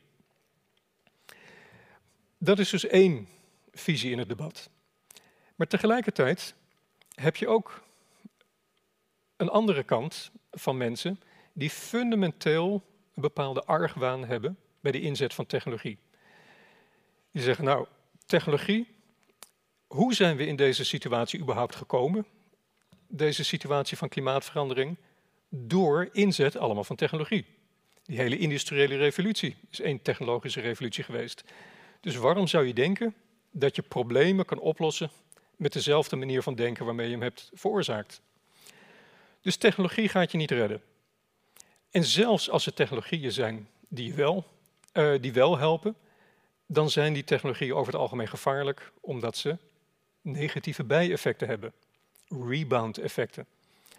Dat is dus 1 visie in het debat. Maar tegelijkertijd heb je ook een andere kant van mensen die fundamenteel een bepaalde argwaan hebben bij de inzet van technologie. Die zeggen, nou, technologie, hoe zijn we in deze situatie überhaupt gekomen? Deze situatie van klimaatverandering door inzet allemaal van technologie. Die hele industriële revolutie is 1 technologische revolutie geweest. Dus waarom zou je denken dat je problemen kan oplossen met dezelfde manier van denken waarmee je hem hebt veroorzaakt? Dus technologie gaat je niet redden. En zelfs als er technologieën zijn die wel helpen, dan zijn die technologieën over het algemeen gevaarlijk, omdat ze negatieve bijeffecten hebben. Rebound-effecten.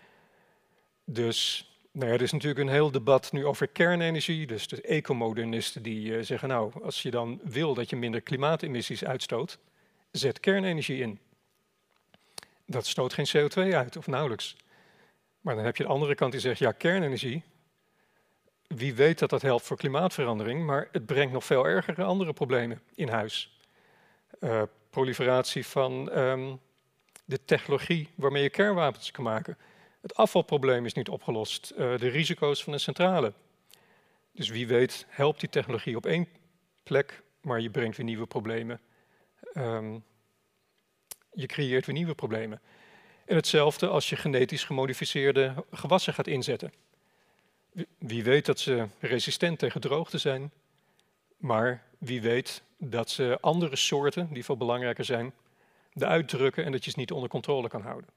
Dus er is natuurlijk een heel debat nu over kernenergie. Dus de ecomodernisten die zeggen, nou, als je dan wil dat je minder klimaatemissies uitstoot, zet kernenergie in. Dat stoot geen CO2 uit, of nauwelijks. Maar dan heb je de andere kant die zegt, ja, kernenergie, wie weet dat dat helpt voor klimaatverandering, maar het brengt nog veel ergere andere problemen in huis. Proliferatie van de technologie waarmee je kernwapens kan maken. Het afvalprobleem is niet opgelost. De risico's van een centrale. Dus wie weet helpt die technologie op 1 plek, maar je brengt weer nieuwe problemen. Je creëert weer nieuwe problemen. En hetzelfde als je genetisch gemodificeerde gewassen gaat inzetten. Wie weet dat ze resistent tegen droogte zijn, maar wie weet dat ze andere soorten, die veel belangrijker zijn, eruit drukken en dat je ze niet onder controle kan houden.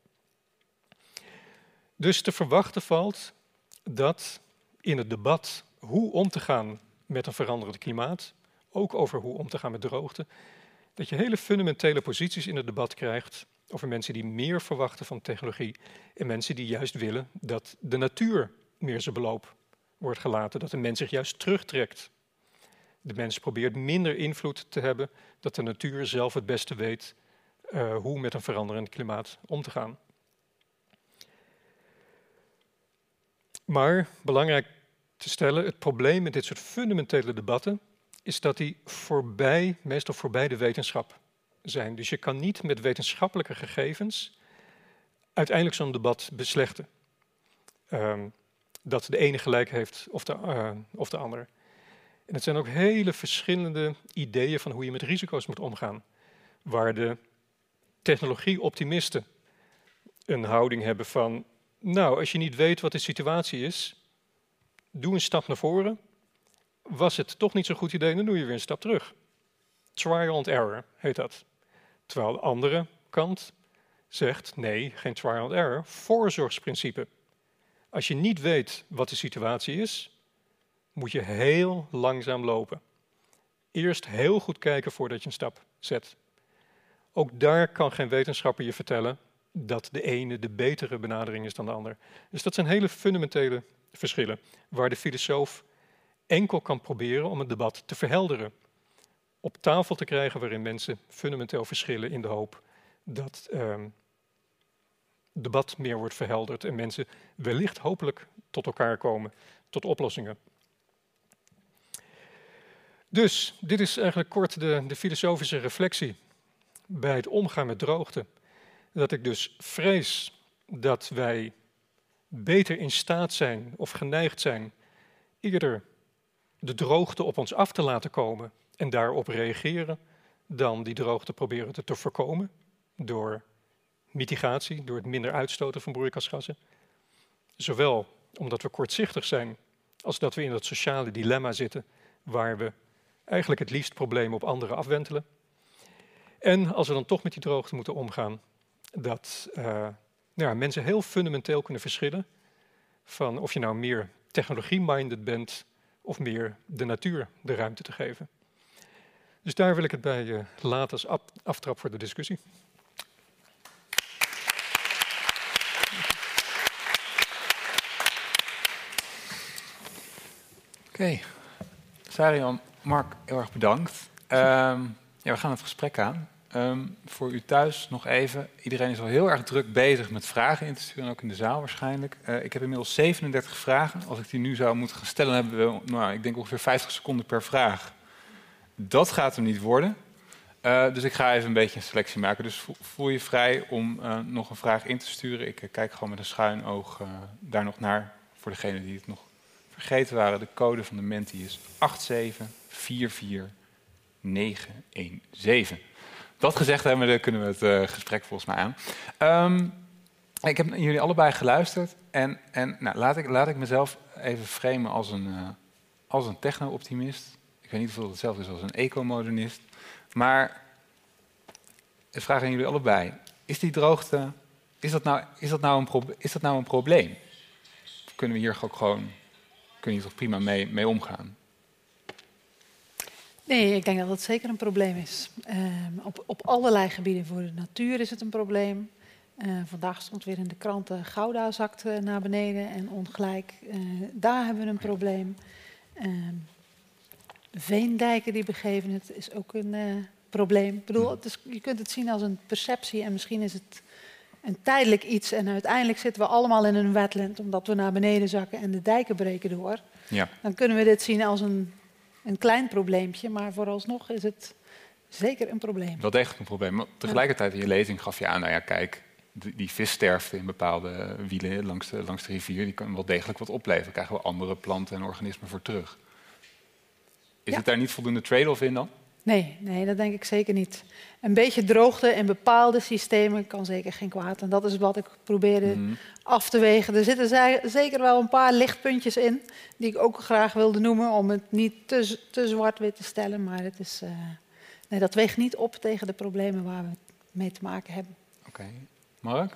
Dus te verwachten valt dat in het debat hoe om te gaan met een veranderend klimaat, ook over hoe om te gaan met droogte, dat je hele fundamentele posities in het debat krijgt over mensen die meer verwachten van technologie en mensen die juist willen dat de natuur meer zijn beloop wordt gelaten, dat de mens zich juist terugtrekt. De mens probeert minder invloed te hebben, dat de natuur zelf het beste weet hoe met een veranderend klimaat om te gaan. Maar, belangrijk te stellen, het probleem met dit soort fundamentele debatten is dat die meestal voorbij de wetenschap zijn. Dus je kan niet met wetenschappelijke gegevens uiteindelijk zo'n debat beslechten. Dat de ene gelijk heeft of de ander. En het zijn ook hele verschillende ideeën van hoe je met risico's moet omgaan. Waar de technologie-optimisten een houding hebben van, nou, als je niet weet wat de situatie is, doe een stap naar voren. Was het toch niet zo'n goed idee, dan doe je weer een stap terug. Trial and error heet dat. Terwijl de andere kant zegt, nee, geen trial and error, voorzorgsprincipe. Als je niet weet wat de situatie is, moet je heel langzaam lopen. Eerst heel goed kijken voordat je een stap zet. Ook daar kan geen wetenschapper je vertellen dat de ene de betere benadering is dan de ander. Dus dat zijn hele fundamentele verschillen, waar de filosoof enkel kan proberen om het debat te verhelderen. Op tafel te krijgen waarin mensen fundamenteel verschillen in de hoop dat debat meer wordt verhelderd en mensen wellicht hopelijk tot elkaar komen, tot oplossingen. Dus dit is eigenlijk kort de filosofische reflectie bij het omgaan met droogte. Dat ik dus vrees dat wij beter in staat zijn of geneigd zijn eerder de droogte op ons af te laten komen en daarop reageren, dan die droogte proberen te voorkomen door mitigatie, door het minder uitstoten van broeikasgassen. Zowel omdat we kortzichtig zijn, als dat we in dat sociale dilemma zitten, waar we eigenlijk het liefst problemen op anderen afwentelen. En als we dan toch met die droogte moeten omgaan, dat mensen heel fundamenteel kunnen verschillen van of je nou meer technologie-minded bent of meer de natuur de ruimte te geven. Dus daar wil ik het bij laten als aftrap voor de discussie. Oké. Sarian, Mark, heel erg bedankt. We gaan het gesprek aan. Voor u thuis nog even. Iedereen is al heel erg druk bezig met vragen in te sturen, ook in de zaal waarschijnlijk. Ik heb inmiddels 37 vragen. Als ik die nu zou moeten gaan stellen, hebben we, ik denk ongeveer 50 seconden per vraag. Dat gaat hem niet worden. Dus ik ga even een beetje een selectie maken. Dus voel je vrij om nog een vraag in te sturen. Ik kijk gewoon met een schuin oog daar nog naar. Voor degenen die het nog vergeten waren. De code van de Menti is 8744917. Dat gezegd hebben, dan kunnen we het gesprek volgens mij aan. Ik heb naar jullie allebei geluisterd. En laat ik mezelf even framen als een techno-optimist. Ik weet niet of dat hetzelfde is als een ecomodernist. Maar ik vraag aan jullie allebei. Is die droogte, is dat nou een probleem? Of kunnen we hier ook gewoon toch prima mee omgaan? Nee, ik denk dat het zeker een probleem is. Op allerlei gebieden. Voor de natuur is het een probleem. Vandaag stond weer in de kranten, Gouda zakt naar beneden en ongelijk. Daar hebben we een probleem. Veendijken die begeven het is ook een probleem. Ik bedoel, je kunt het zien als een perceptie en misschien is het een tijdelijk iets. En uiteindelijk zitten we allemaal in een wetland omdat we naar beneden zakken en de dijken breken door. Ja. Dan kunnen we dit zien als een klein probleempje, maar vooralsnog is het zeker een probleem. Wel degelijk een probleem. Maar tegelijkertijd in je lezing gaf je aan, kijk, die vissterfte in bepaalde wielen langs de rivier, die kan wel degelijk wat opleveren. Daar krijgen we andere planten en organismen voor terug. Is het daar niet voldoende trade-off in dan? Nee, dat denk ik zeker niet. Een beetje droogte in bepaalde systemen kan zeker geen kwaad. En dat is wat ik probeerde af te wegen. Er zitten zeker wel een paar lichtpuntjes in die ik ook graag wilde noemen om het niet te zwart-wit te stellen. Maar het is, dat weegt niet op tegen de problemen waar we mee te maken hebben. Oké. Mark?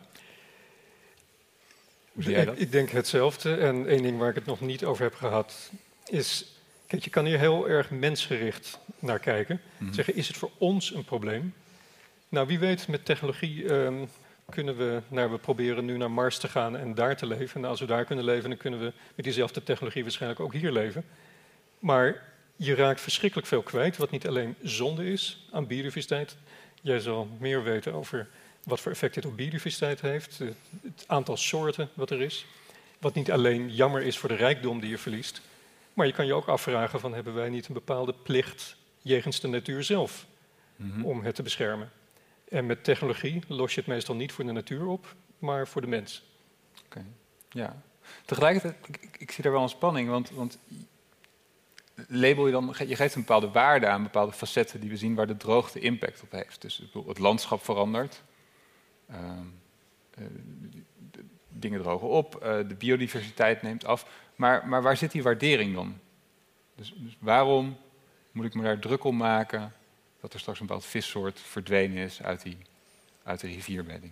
Hoe zie jij dat? Ik denk hetzelfde. En één ding waar ik het nog niet over heb gehad is, kijk, je kan hier heel erg mensgericht naar kijken. Zeggen, is het voor ons een probleem? Nou, wie weet, met technologie we proberen nu naar Mars te gaan en daar te leven. En als we daar kunnen leven, dan kunnen we met diezelfde technologie waarschijnlijk ook hier leven. Maar je raakt verschrikkelijk veel kwijt, wat niet alleen zonde is aan biodiversiteit. Jij zal meer weten over wat voor effect dit op biodiversiteit heeft. Het aantal soorten wat er is. Wat niet alleen jammer is voor de rijkdom die je verliest. Maar je kan je ook afvragen van, hebben wij niet een bepaalde plicht jegens de natuur zelf om het te beschermen? En met technologie los je het meestal niet voor de natuur op, maar voor de mens. Oké. Ja. Tegelijkertijd, ik zie daar wel een spanning, want label je dan, je geeft een bepaalde waarde aan bepaalde facetten die we zien waar de droogte impact op heeft. Dus het landschap verandert, dingen drogen op, de biodiversiteit neemt af. Maar waar zit die waardering dan? Dus waarom moet ik me daar druk om maken dat er straks een bepaald vissoort verdwenen is uit de rivierbedding?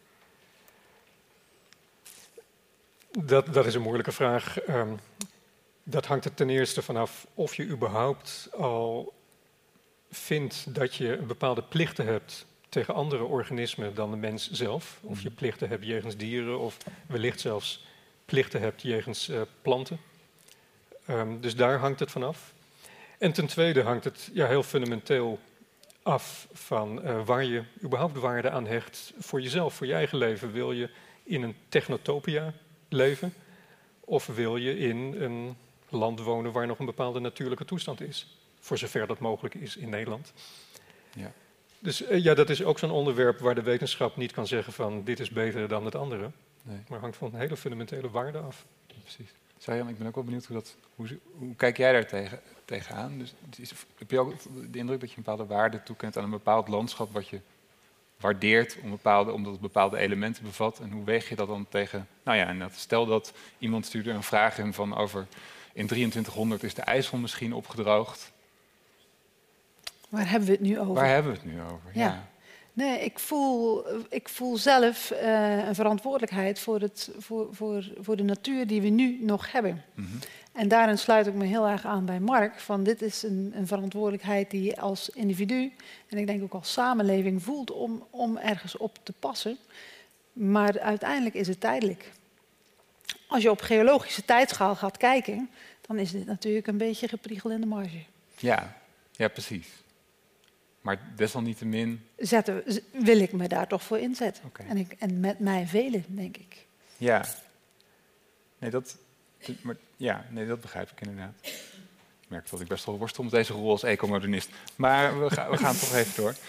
Dat is een moeilijke vraag. Dat hangt er ten eerste vanaf of je überhaupt al vindt dat je een bepaalde plichten hebt tegen andere organismen dan de mens zelf. Of je plichten hebt jegens dieren of wellicht zelfs plichten hebt jegens planten. Dus daar hangt het vanaf. En ten tweede hangt het heel fundamenteel af van waar je überhaupt waarde aan hecht voor jezelf, voor je eigen leven. Wil je in een technotopia leven of wil je in een land wonen waar nog een bepaalde natuurlijke toestand is? Voor zover dat mogelijk is in Nederland. Ja. Dus dat is ook zo'n onderwerp waar de wetenschap niet kan zeggen van dit is beter dan het andere. Nee. Maar hangt van hele fundamentele waarden af. Precies. Sarjan, ik ben ook wel benieuwd hoe kijk jij daar tegenaan? Dus heb je ook de indruk dat je een bepaalde waarde toekent aan een bepaald landschap wat je waardeert omdat het bepaalde elementen bevat? En hoe weeg je dat dan tegen? Nou ja, en stel dat iemand stuurde een vraag in van over in 2300 is de IJssel misschien opgedroogd. Waar hebben we het nu over? Waar hebben we het nu over? Ja. Nee, ik voel zelf een verantwoordelijkheid voor de natuur die we nu nog hebben. Mm-hmm. En daarin sluit ik me heel erg aan bij Mark. Van dit is een verantwoordelijkheid die je als individu en ik denk ook als samenleving voelt om ergens op te passen. Maar uiteindelijk is het tijdelijk. Als je op geologische tijdschaal gaat kijken, dan is dit natuurlijk een beetje gepriegel in de marge. Ja, precies. Maar desalniettemin wil ik me daar toch voor inzetten. Okay. En met mij velen, denk ik. Ja. Nee, dat begrijp ik inderdaad. Ik merk dat ik best wel worstel met deze rol als ecomodernist. Maar we gaan toch even door.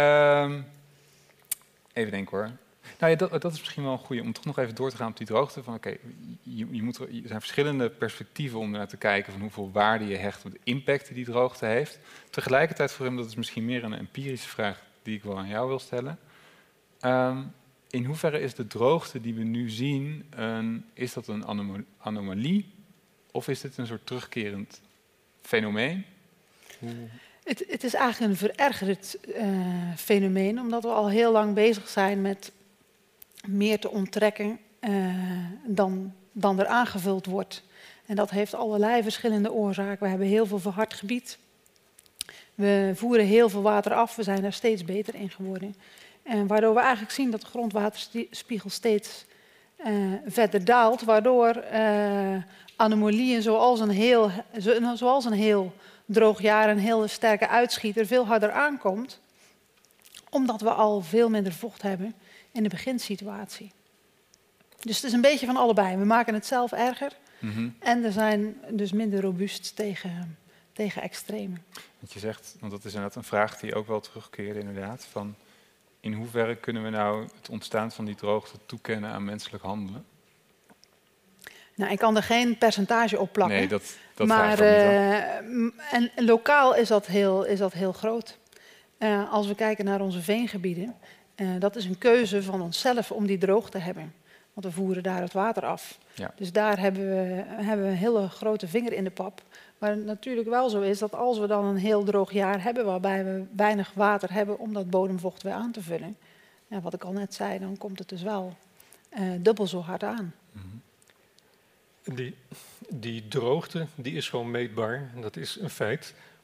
Even denken hoor. Nou ja, dat is misschien wel een goede om toch nog even door te gaan op die droogte. Van er zijn verschillende perspectieven om naar te kijken van hoeveel waarde je hecht op de impact die droogte heeft. Tegelijkertijd voor hem, dat is misschien meer een empirische vraag die ik wel aan jou wil stellen. In hoeverre is de droogte die we nu zien, is dat een anomalie of is dit een soort terugkerend fenomeen? Het is eigenlijk een verergerd fenomeen, omdat we al heel lang bezig zijn met meer te onttrekken dan er aangevuld wordt. En dat heeft allerlei verschillende oorzaken. We hebben heel veel verhard gebied. We voeren heel veel water af. We zijn er steeds beter in geworden. En waardoor we eigenlijk zien dat de grondwaterspiegel steeds verder daalt. Waardoor anomalieën zoals een heel droog jaar, een heel sterke uitschieter veel harder aankomt. Omdat we al veel minder vocht hebben in de beginsituatie. Dus het is een beetje van allebei. We maken het zelf erger en we zijn dus minder robuust tegen extremen. Wat je zegt, want dat is inderdaad een vraag die ook wel terugkeerde inderdaad. Van in hoeverre kunnen we nou het ontstaan van die droogte toekennen aan menselijk handelen? Nou, ik kan er geen percentage op plakken. Nee, dat maar vraag ik niet. En lokaal is dat heel groot. Als we kijken naar onze veengebieden, dat is een keuze van onszelf om die droog te hebben. Want we voeren daar het water af. Ja. Dus daar hebben we een hele grote vinger in de pap. Maar het natuurlijk wel zo is dat als we dan een heel droog jaar hebben, waarbij we weinig water hebben om dat bodemvocht weer aan te vullen. Ja, wat ik al net zei, dan komt het dus wel dubbel zo hard aan. Die droogte die is gewoon meetbaar, en dat is een feit,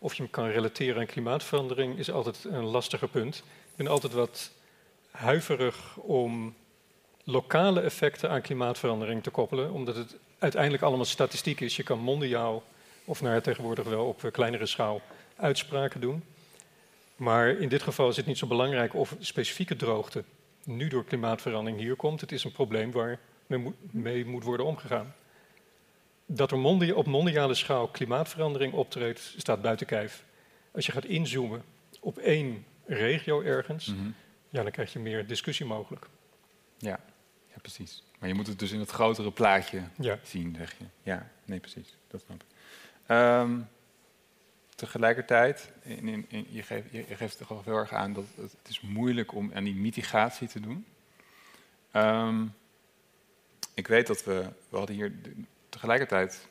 Of je hem kan relateren aan klimaatverandering is altijd een lastiger punt. Ik ben altijd wat huiverig om lokale effecten aan klimaatverandering te koppelen, omdat het uiteindelijk allemaal statistiek is. Je kan mondiaal, of tegenwoordig wel op kleinere schaal, uitspraken doen. Maar in dit geval is het niet zo belangrijk of specifieke droogte nu door klimaatverandering hier komt. Het is een probleem waar mee moet worden omgegaan. Dat er op mondiale schaal klimaatverandering optreedt, staat buiten kijf. Als je gaat inzoomen op één regio ergens, ja, dan krijg je meer discussie mogelijk. Ja, precies. Maar je moet het dus in het grotere plaatje zien, zeg je. Ja, nee, precies. Dat snap ik. Tegelijkertijd, je geeft toch al heel erg aan dat het is moeilijk om aan die mitigatie te doen. Ik weet dat we hadden hier tegelijkertijd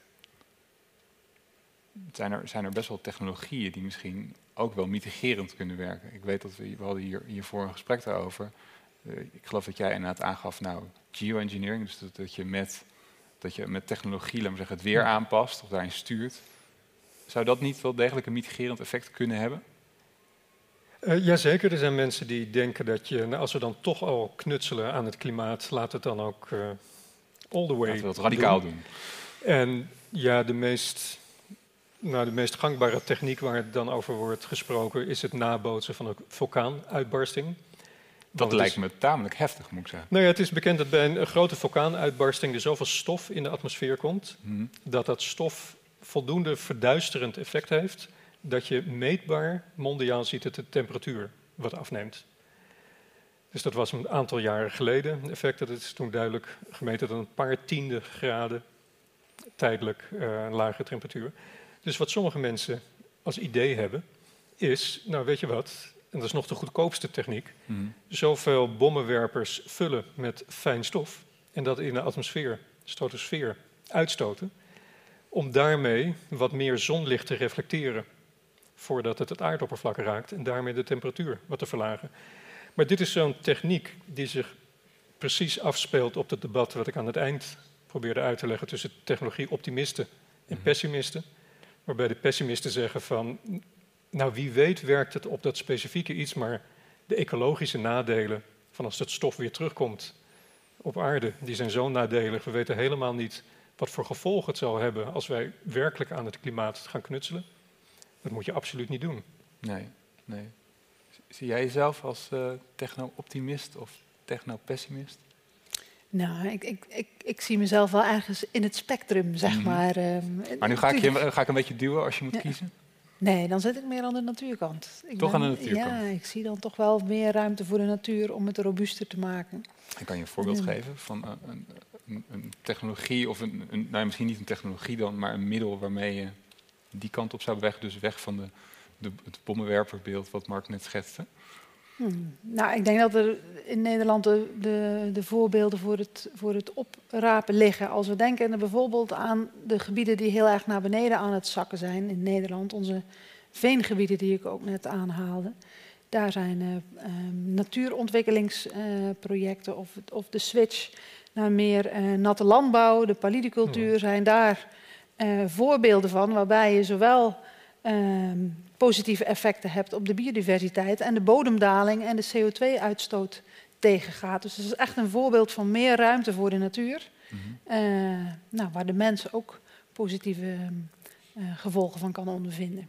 zijn er best wel technologieën die misschien ook wel mitigerend kunnen werken. Ik weet dat we hadden hiervoor een gesprek daarover. Ik geloof dat jij inderdaad aangaf, geoengineering, dus dat je met technologie, laten we zeggen, het weer aanpast of daarin stuurt. Zou dat niet wel degelijk een mitigerend effect kunnen hebben? Jazeker, er zijn mensen die denken dat als we dan toch al knutselen aan het klimaat, laat het dan ook all the way. Laten we dat radicaal doen. En ja, de meest gangbare techniek waar het dan over wordt gesproken is het nabootsen van een vulkaanuitbarsting. Dat lijkt me tamelijk heftig, moet ik zeggen. Nou ja, het is bekend dat bij een grote vulkaanuitbarsting er zoveel stof in de atmosfeer komt, dat stof voldoende verduisterend effect heeft, dat je meetbaar mondiaal ziet dat de temperatuur wat afneemt. Dus dat was een aantal jaren geleden een effect. Dat is toen duidelijk gemeten dat een paar tiende graden tijdelijk een lagere temperatuur. Dus wat sommige mensen als idee hebben, is, nou weet je wat, en dat is nog de goedkoopste techniek, zoveel bommenwerpers vullen met fijn stof en dat in de atmosfeer, stratosfeer, uitstoten, om daarmee wat meer zonlicht te reflecteren voordat het aardoppervlak raakt en daarmee de temperatuur wat te verlagen. Maar dit is zo'n techniek die zich precies afspeelt op het debat wat ik aan het eind probeerde uit te leggen tussen technologie-optimisten en pessimisten. Waarbij de pessimisten zeggen van, nou wie weet werkt het op dat specifieke iets, maar de ecologische nadelen van als dat stof weer terugkomt op aarde, die zijn zo nadelig. We weten helemaal niet wat voor gevolgen het zal hebben als wij werkelijk aan het klimaat gaan knutselen. Dat moet je absoluut niet doen. Nee. Zie jij jezelf als techno-optimist of techno-pessimist? Nou, ik zie mezelf wel ergens in het spectrum, zeg maar. Maar nu ga ik een beetje duwen als je moet kiezen? Nee, dan zit ik meer aan de natuurkant. Aan de natuurkant? Ja, ik zie dan toch wel meer ruimte voor de natuur om het robuuster te maken. En kan je een voorbeeld geven van een technologie, of misschien niet een technologie dan, maar een middel waarmee je die kant op zou bewegen, dus weg van het bommenwerperbeeld wat Mark net schetste? Nou, ik denk dat er in Nederland de voorbeelden voor het oprapen liggen. Als we denken bijvoorbeeld aan de gebieden die heel erg naar beneden aan het zakken zijn in Nederland. Onze veengebieden die ik ook net aanhaalde. Daar zijn natuurontwikkelingsprojecten of de switch naar meer natte landbouw, de palidicultuur zijn daar voorbeelden van. Waarbij je zowel positieve effecten hebt op de biodiversiteit en de bodemdaling en de CO2-uitstoot tegengaat. Dus het is echt een voorbeeld van meer ruimte voor de natuur, waar de mens ook positieve gevolgen van kan ondervinden.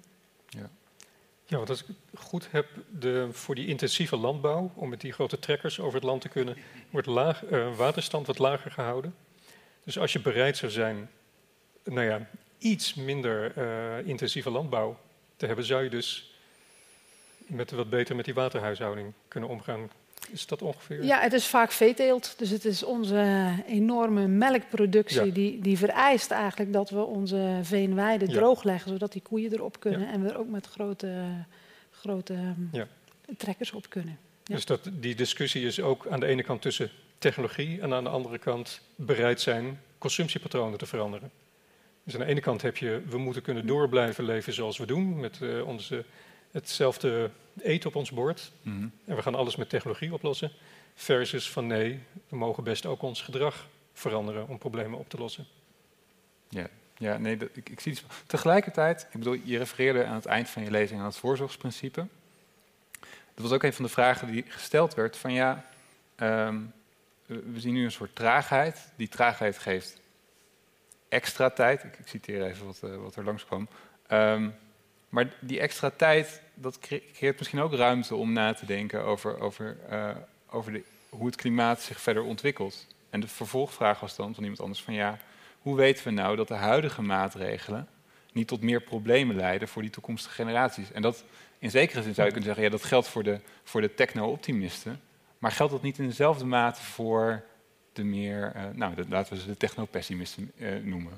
Ja, want als ik het goed heb, voor die intensieve landbouw, om met die grote trekkers over het land te kunnen, wordt waterstand wat lager gehouden. Dus als je bereid zou zijn, iets minder intensieve landbouw te hebben, zou je dus wat beter met die waterhuishouding kunnen omgaan. Is dat ongeveer? Ja, het is vaak veeteelt. Dus het is onze enorme melkproductie die vereist eigenlijk dat we onze veenweiden droogleggen, zodat die koeien erop kunnen en we er ook met grote trekkers op kunnen. Ja. Dus die discussie is ook aan de ene kant tussen technologie en aan de andere kant bereid zijn consumptiepatronen te veranderen. Dus aan de ene kant heb je, we moeten kunnen door blijven leven zoals we doen, met hetzelfde eten op ons bord. En we gaan alles met technologie oplossen. Versus van nee, we mogen best ook ons gedrag veranderen om problemen op te lossen. Ja, Ja, nee, ik zie het. Tegelijkertijd, ik bedoel, je refereerde aan het eind van je lezing aan het voorzorgsprincipe. Dat was ook een van de vragen die gesteld werd. Van ja, we zien nu een soort traagheid. Die traagheid geeft extra tijd. Ik citeer even wat er langskwam. Maar die extra tijd, dat creëert misschien ook ruimte om na te denken over hoe het klimaat zich verder ontwikkelt. En de vervolgvraag was dan van iemand anders van ja, hoe weten we nou dat de huidige maatregelen niet tot meer problemen leiden voor die toekomstige generaties? En dat in zekere zin zou je kunnen zeggen, ja, dat geldt voor de techno-optimisten, maar geldt dat niet in dezelfde mate voor de meer, laten we ze de techno-pessimisten noemen?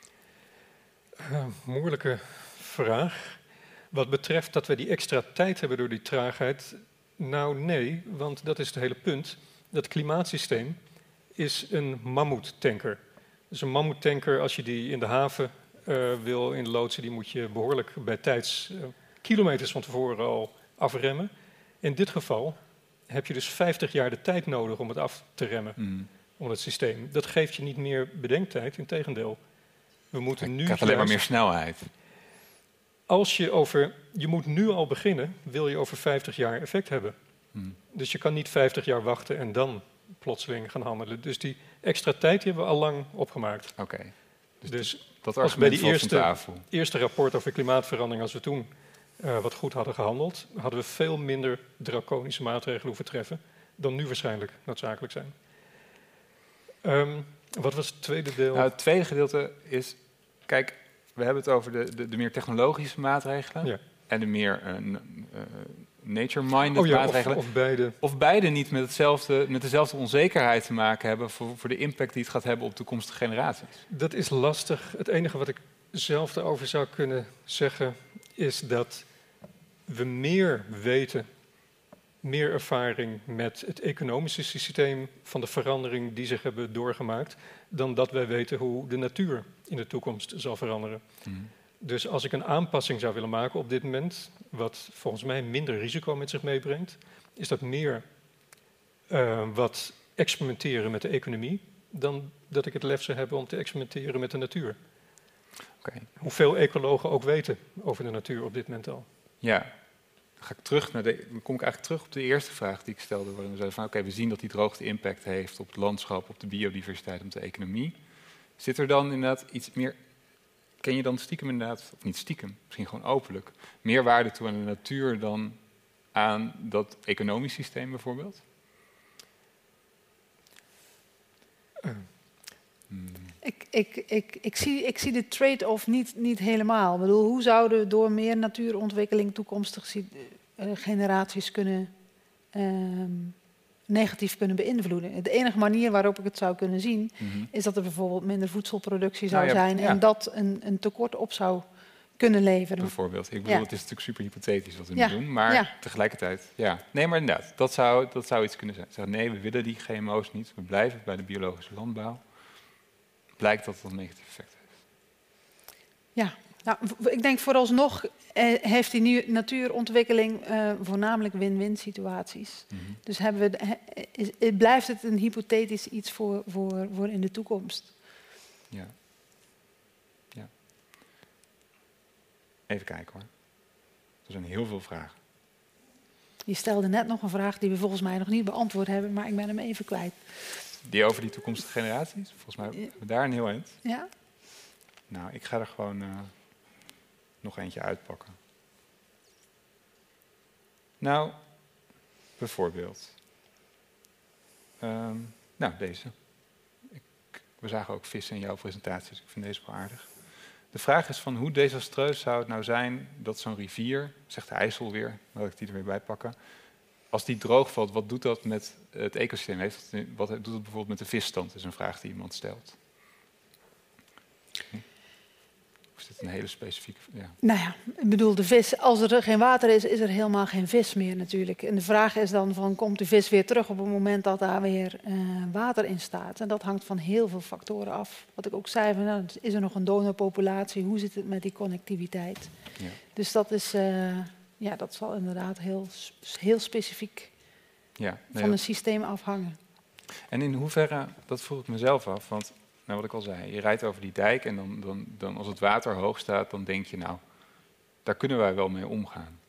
Moeilijke vraag. Wat betreft dat we die extra tijd hebben door die traagheid, nou nee, want dat is het hele punt. Dat klimaatsysteem is een mammoettanker. Dus een mammoettanker, als je die in de haven wil inloodsen, die moet je behoorlijk bij tijds kilometers van tevoren al afremmen. In dit geval heb je dus 50 jaar de tijd nodig om het af te remmen, om het systeem. Dat geeft je niet meer bedenktijd, integendeel. We moeten nu krijgt alleen maar meer snelheid. Je moet nu al beginnen, wil je over 50 jaar effect hebben. Dus je kan niet 50 jaar wachten en dan plotseling gaan handelen. Dus die extra tijd die hebben we al lang opgemaakt. Oké. Dus dat als bij die van eerste rapport over klimaatverandering, als we toen wat goed hadden gehandeld, hadden we veel minder draconische maatregelen hoeven treffen dan nu waarschijnlijk noodzakelijk zijn. Wat was het tweede deel? Nou, het tweede gedeelte is, kijk, we hebben het over de meer technologische maatregelen en de meer nature-minded maatregelen. Of beide niet met dezelfde onzekerheid te maken hebben voor de impact die het gaat hebben op toekomstige generaties. Dat is lastig. Het enige wat ik zelf daarover zou kunnen zeggen is dat we meer weten, meer ervaring met het economische systeem van de verandering die zich hebben doorgemaakt, dan dat wij weten hoe de natuur in de toekomst zal veranderen. Dus als ik een aanpassing zou willen maken op dit moment, wat volgens mij minder risico met zich meebrengt, is dat meer wat experimenteren met de economie, dan dat ik het lef zou hebben om te experimenteren met de natuur. Okay. Hoeveel ecologen ook weten over de natuur op dit moment al. Ja, dan kom ik eigenlijk terug op de eerste vraag die ik stelde, waarin we zeiden van oké, we zien dat die droogte impact heeft op het landschap, op de biodiversiteit, op de economie. Zit er dan inderdaad iets meer, ken je dan stiekem inderdaad, of niet stiekem, misschien gewoon openlijk, meer waarde toe aan de natuur dan aan dat economisch systeem bijvoorbeeld? Ik zie de trade-off niet helemaal. Ik bedoel, hoe zouden we door meer natuurontwikkeling toekomstige generaties negatief kunnen beïnvloeden? De enige manier waarop ik het zou kunnen zien, is dat er bijvoorbeeld minder voedselproductie zou zijn en dat een tekort op zou kunnen leveren. Bijvoorbeeld. Ik bedoel, het is natuurlijk super hypothetisch wat we nu doen, maar tegelijkertijd, Nee, maar inderdaad, dat zou iets kunnen zijn. Zeggen, nee, we willen die GMO's niet, we blijven bij de biologische landbouw. Blijkt dat het een negatief effect heeft. Ja, nou, ik denk vooralsnog heeft die natuurontwikkeling voornamelijk win-win situaties. Dus blijft het een hypothetisch iets voor in de toekomst. Ja. Even kijken hoor. Er zijn heel veel vragen. Je stelde net nog een vraag die we volgens mij nog niet beantwoord hebben, maar ik ben hem even kwijt. Die over die toekomstige generaties? Volgens mij hebben we daar een heel eind. Ja? Nou, ik ga er gewoon nog eentje uitpakken. Nou, bijvoorbeeld. Deze. We zagen ook vissen in jouw presentatie, dus ik vind deze wel aardig. De vraag is van hoe desastreus zou het nou zijn dat zo'n rivier, zegt de IJssel weer, laat ik die er weer bij pakken, als die droog valt, wat doet dat met het ecosysteem? Wat doet dat bijvoorbeeld met de visstand? Dat is een vraag die iemand stelt. Of is dit een hele specifieke... Ja. Nou ja, ik bedoel, de vis, als er geen water is, is er helemaal geen vis meer natuurlijk. En de vraag is dan van, komt de vis weer terug op het moment dat daar weer water in staat? En dat hangt van heel veel factoren af. Wat ik ook zei, van, is er nog een donorpopulatie? Hoe zit het met die connectiviteit? Ja. Dus dat is... dat zal inderdaad heel specifiek van een systeem afhangen. En in hoeverre, dat vroeg ik mezelf af, want wat ik al zei, je rijdt over die dijk en dan als het water hoog staat, dan denk je, nou, daar kunnen wij wel mee omgaan.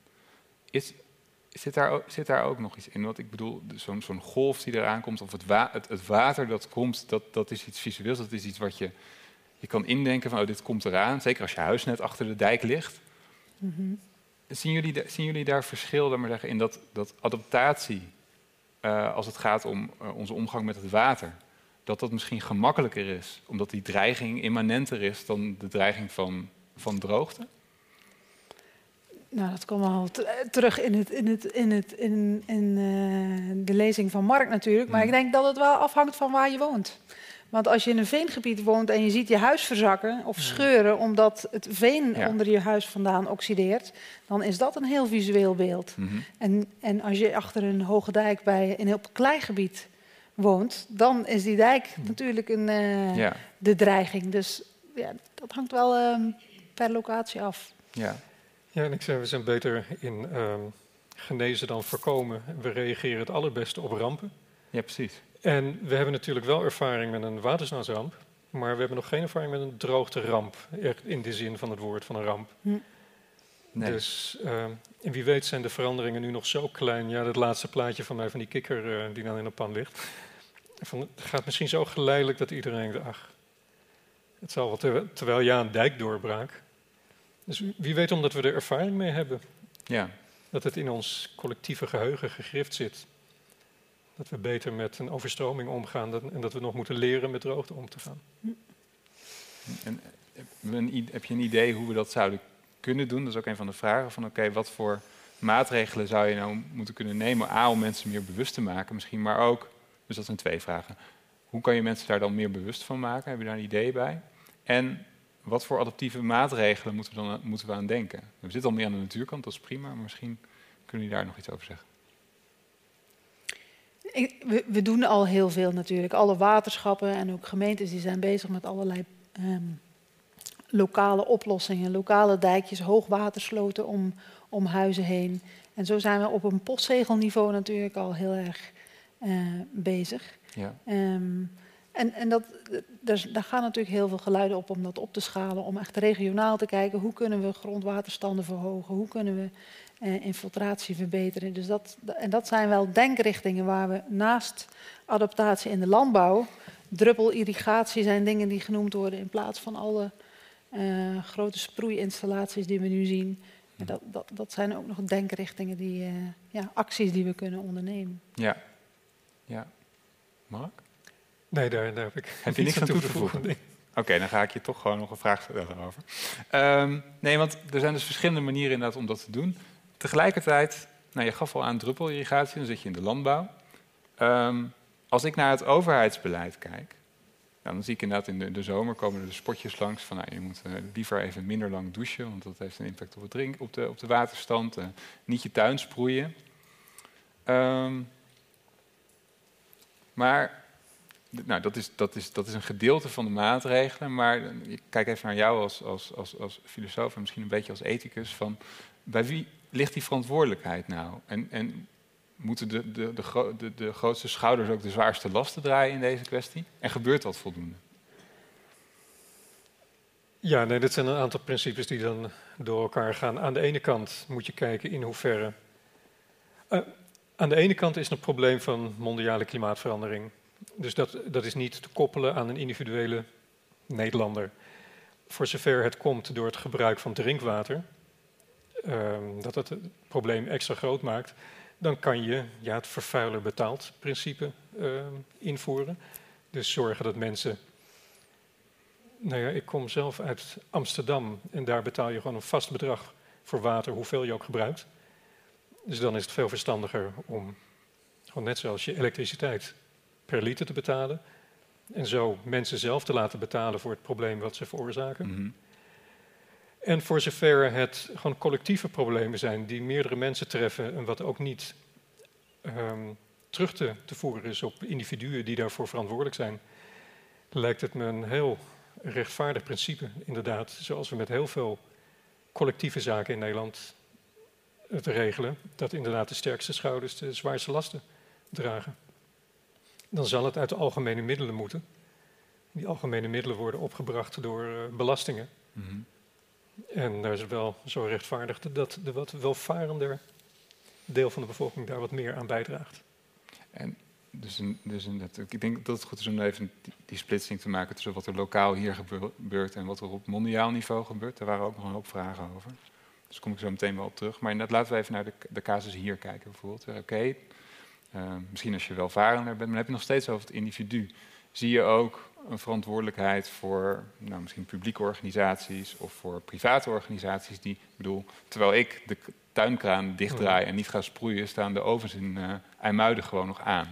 Zit daar ook nog iets in? Wat ik bedoel, zo'n golf die eraan komt, of het water dat komt, dat is iets visueels, dat is iets wat je kan indenken van, dit komt eraan. Zeker als je huis net achter de dijk ligt. Mm-hmm. Zien jullie daar verschil in dat adaptatie, als het gaat om onze omgang met het water, dat misschien gemakkelijker is, omdat die dreiging immanenter is dan de dreiging van droogte? Nou, dat komt al terug in de lezing van Mark natuurlijk. Maar ik denk dat het wel afhangt van waar je woont. Want als je in een veengebied woont en je ziet je huis verzakken of scheuren omdat het veen onder je huis vandaan oxideert, dan is dat een heel visueel beeld. Mm-hmm. En als je achter een hoge dijk in een kleigebied woont, dan is die dijk natuurlijk de dreiging. Dus ja, dat hangt wel per locatie af. Ja. Ja, en ik zeg, we zijn beter in genezen dan voorkomen. We reageren het allerbeste op rampen. Ja, precies. En we hebben natuurlijk wel ervaring met een watersnoodramp, maar we hebben nog geen ervaring met een droogteramp, echt in de zin van het woord van een ramp. Nee. Dus, en wie weet zijn de veranderingen nu nog zo klein. Ja, dat laatste plaatje van mij van die kikker die dan in de pan ligt. Het gaat misschien zo geleidelijk dat iedereen denkt, ach, het zal wel terwijl een dijk doorbraak. Dus wie weet omdat we er ervaring mee hebben. Ja. Dat het in ons collectieve geheugen gegrift zit. Dat we beter met een overstroming omgaan en dat we nog moeten leren met droogte om te gaan. En heb je een idee hoe we dat zouden kunnen doen? Dat is ook een van de vragen van oké, wat voor maatregelen zou je nou moeten kunnen nemen? Om mensen meer bewust te maken misschien, maar ook, dus dat zijn 2 vragen. Hoe kan je mensen daar dan meer bewust van maken? Heb je daar een idee bij? En wat voor adaptieve maatregelen moeten we aan denken? We zitten al meer aan de natuurkant, dat is prima, maar misschien kunnen jullie daar nog iets over zeggen. We doen al heel veel natuurlijk. Alle waterschappen en ook gemeentes die zijn bezig met allerlei lokale oplossingen. Lokale dijkjes, hoogwatersloten om huizen heen. En zo zijn we op een postzegelniveau natuurlijk al heel erg bezig. Ja. Daar gaan natuurlijk heel veel geluiden op om dat op te schalen. Om echt regionaal te kijken hoe kunnen we grondwaterstanden verhogen. Hoe kunnen we infiltratie verbeteren. Dus dat zijn wel denkrichtingen waar we naast adaptatie in de landbouw, druppelirrigatie zijn dingen die genoemd worden in plaats van alle grote sproeiinstallaties die we nu zien. Dat zijn ook nog denkrichtingen, acties die we kunnen ondernemen. Ja. Mark? Nee, daar heb ik niks aan toe te voegen. Oké, dan ga ik je toch gewoon nog een vraag stellen over. Nee, want er zijn dus verschillende manieren inderdaad om dat te doen. Tegelijkertijd, je gaf al aan druppelirrigatie, dan zit je in de landbouw. Als ik naar het overheidsbeleid kijk, dan zie ik inderdaad in de zomer komen er de spotjes langs van je moet liever even minder lang douchen, want dat heeft een impact op de waterstand. Niet je tuin sproeien. Maar dat is een gedeelte van de maatregelen, maar ik kijk even naar jou als filosoof en misschien een beetje als ethicus. Bij wie ligt die verantwoordelijkheid nou? En moeten de grootste schouders ook de zwaarste lasten draaien in deze kwestie? En gebeurt dat voldoende? Ja, nee, dit zijn een aantal principes die dan door elkaar gaan. Aan de ene kant moet je kijken in hoeverre. Aan de ene kant is het een probleem van mondiale klimaatverandering. Dus dat is niet te koppelen aan een individuele Nederlander. Voor zover het komt door het gebruik van drinkwater, dat het probleem extra groot maakt, dan kan je het vervuiler betaalt principe invoeren. Dus zorgen dat mensen. Ik kom zelf uit Amsterdam en daar betaal je gewoon een vast bedrag voor water, hoeveel je ook gebruikt. Dus dan is het veel verstandiger om, gewoon net zoals je elektriciteit, per liter te betalen. En zo mensen zelf te laten betalen voor het probleem wat ze veroorzaken. Mm-hmm. En voor zover het gewoon collectieve problemen zijn die meerdere mensen treffen en wat ook niet terug te voeren is op individuen die daarvoor verantwoordelijk zijn, lijkt het me een heel rechtvaardig principe, inderdaad. Zoals we met heel veel collectieve zaken in Nederland het regelen, dat inderdaad de sterkste schouders de zwaarste lasten dragen. Dan zal het uit de algemene middelen moeten. Die algemene middelen worden opgebracht door belastingen. Mm-hmm. En daar is het wel zo rechtvaardig dat de wat welvarender deel van de bevolking daar wat meer aan bijdraagt. En ik denk dat het goed is om even die splitsing te maken tussen wat er lokaal hier gebeurt en wat er op mondiaal niveau gebeurt. Daar waren ook nog een hoop vragen over. Dus daar kom ik zo meteen wel op terug. Maar inderdaad, laten we even naar de casus hier kijken bijvoorbeeld. Oké, misschien als je welvarender bent, maar dan heb je nog steeds over het individu. Zie je ook een verantwoordelijkheid voor misschien publieke organisaties of voor private organisaties die, terwijl ik de tuinkraan dichtdraai en niet ga sproeien, staan de ovens in IJmuiden gewoon nog aan.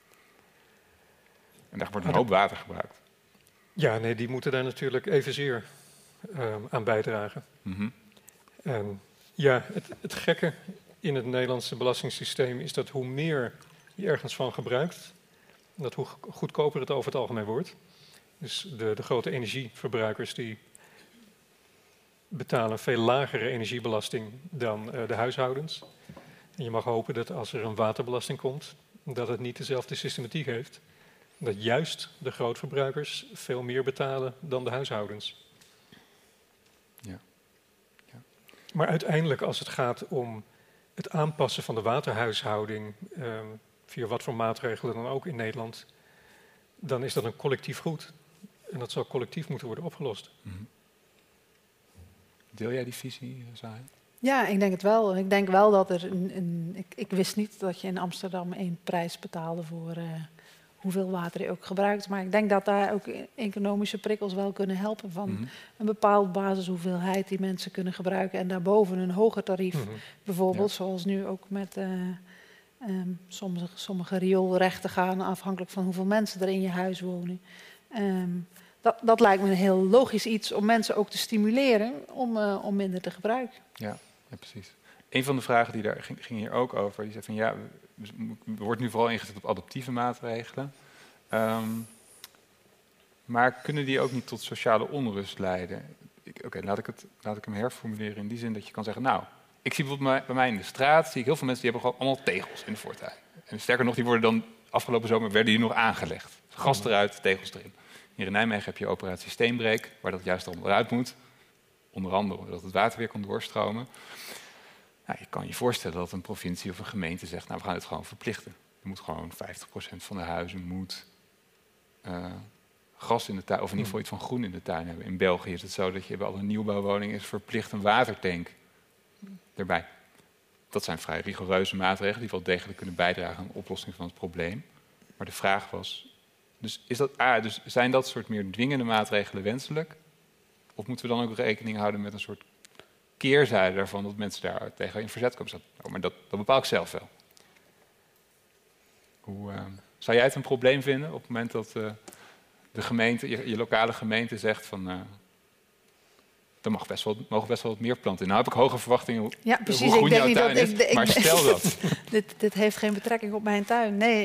En daar wordt een hoop water gebruikt. Ja, nee, die moeten daar natuurlijk evenzeer aan bijdragen. Mm-hmm. Ja, het gekke in het Nederlandse belastingssysteem is dat hoe meer je ergens van gebruikt, dat hoe goedkoper het over het algemeen wordt. Dus de grote energieverbruikers die betalen een veel lagere energiebelasting dan de huishoudens. En je mag hopen dat als er een waterbelasting komt, dat het niet dezelfde systematiek heeft. Dat juist de grootverbruikers veel meer betalen dan de huishoudens. Ja. Ja. Maar uiteindelijk als het gaat om het aanpassen van de waterhuishouding, via wat voor maatregelen dan ook in Nederland, dan is dat een collectief goed. En dat zal collectief moeten worden opgelost. Mm-hmm. Deel jij die visie, Zahi? Ja, ik denk het wel. Ik denk wel dat er ik wist niet dat je in Amsterdam 1 prijs betaalde voor hoeveel water je ook gebruikt. Maar ik denk dat daar ook economische prikkels wel kunnen helpen van een bepaald basishoeveelheid die mensen kunnen gebruiken. En daarboven een hoger tarief, bijvoorbeeld, zoals nu ook met sommige rioolrechten gaan, afhankelijk van hoeveel mensen er in je huis wonen. Dat lijkt me een heel logisch iets om mensen ook te stimuleren om minder te gebruiken. Ja, precies. Een van de vragen die daar ging hier ook over, die zei van ja, er wordt nu vooral ingezet op adaptieve maatregelen. Maar kunnen die ook niet tot sociale onrust leiden? Laat ik hem herformuleren in die zin dat je kan zeggen, nou, ik zie bijvoorbeeld bij mij in de straat, zie ik heel veel mensen die hebben gewoon allemaal tegels in de voortuin. En sterker nog, die worden dan afgelopen zomer werden die nog aangelegd. Gas eruit, tegels erin. Hier in Nijmegen heb je operatie Steenbreek, waar dat juist allemaal eruit moet. Onder andere dat het water weer kan doorstromen. Nou, je kan je voorstellen dat een provincie of een gemeente zegt, nou, we gaan het gewoon verplichten. Er moet gewoon 50% van de huizen moet gas in de tuin, of in ieder geval iets van groen in de tuin hebben. In België is het zo dat je bij alle nieuwbouwwoningen is verplicht een watertank erbij. Dat zijn vrij rigoureuze maatregelen die wel degelijk kunnen bijdragen aan de oplossing van het probleem. Maar de vraag was, dus zijn dat soort meer dwingende maatregelen wenselijk? Of moeten we dan ook rekening houden met een soort keerzijde daarvan, dat mensen daar tegen in verzet komen? Maar dat bepaal ik zelf wel. Zou jij het een probleem vinden op het moment dat de gemeente, je lokale gemeente zegt van er mogen best wel wat meer planten in? Nou heb ik hoge verwachtingen hoe groen jouw tuin is, maar stel dat. Dit heeft geen betrekking op mijn tuin. Nee,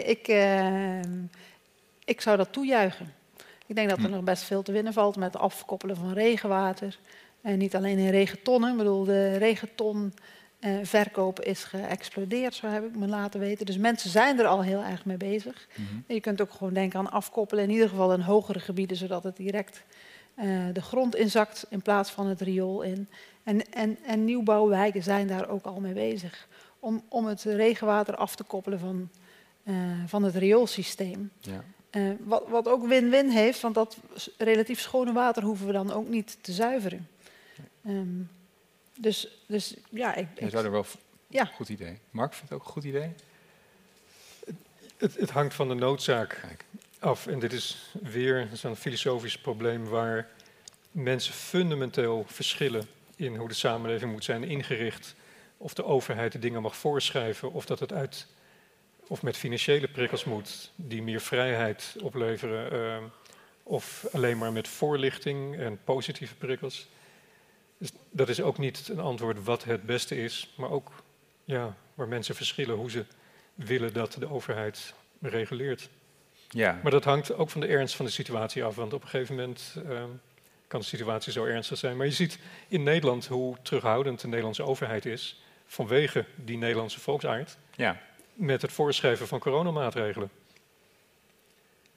ik zou dat toejuichen. Ik denk dat er nog best veel te winnen valt met het afkoppelen van regenwater. En niet alleen in regentonnen. Ik bedoel, de regentonverkoop is geëxplodeerd, zo heb ik me laten weten. Dus mensen zijn er al heel erg mee bezig. En je kunt ook gewoon denken aan afkoppelen, in ieder geval in hogere gebieden, zodat het direct de grond inzakt in plaats van het riool in. En nieuwbouwwijken zijn daar ook al mee bezig. Om het regenwater af te koppelen van het rioolsysteem. Ja. Wat ook win-win heeft, want dat relatief schone water hoeven we dan ook niet te zuiveren. Dus ja, ik zou er wel een goed idee. Mark, vindt het ook een goed idee? Het hangt van de noodzaak af. En dit is weer zo'n filosofisch probleem waar mensen fundamenteel verschillen in hoe de samenleving moet zijn ingericht. Of de overheid de dingen mag voorschrijven, of dat het of met financiële prikkels moet die meer vrijheid opleveren, of alleen maar met voorlichting en positieve prikkels. Dus dat is ook niet een antwoord wat het beste is, maar ook waar mensen verschillen hoe ze willen dat de overheid reguleert. Ja. Maar dat hangt ook van de ernst van de situatie af, want op een gegeven moment kan de situatie zo ernstig zijn. Maar je ziet in Nederland hoe terughoudend de Nederlandse overheid is vanwege die Nederlandse volksaard. Ja. Met het voorschrijven van coronamaatregelen.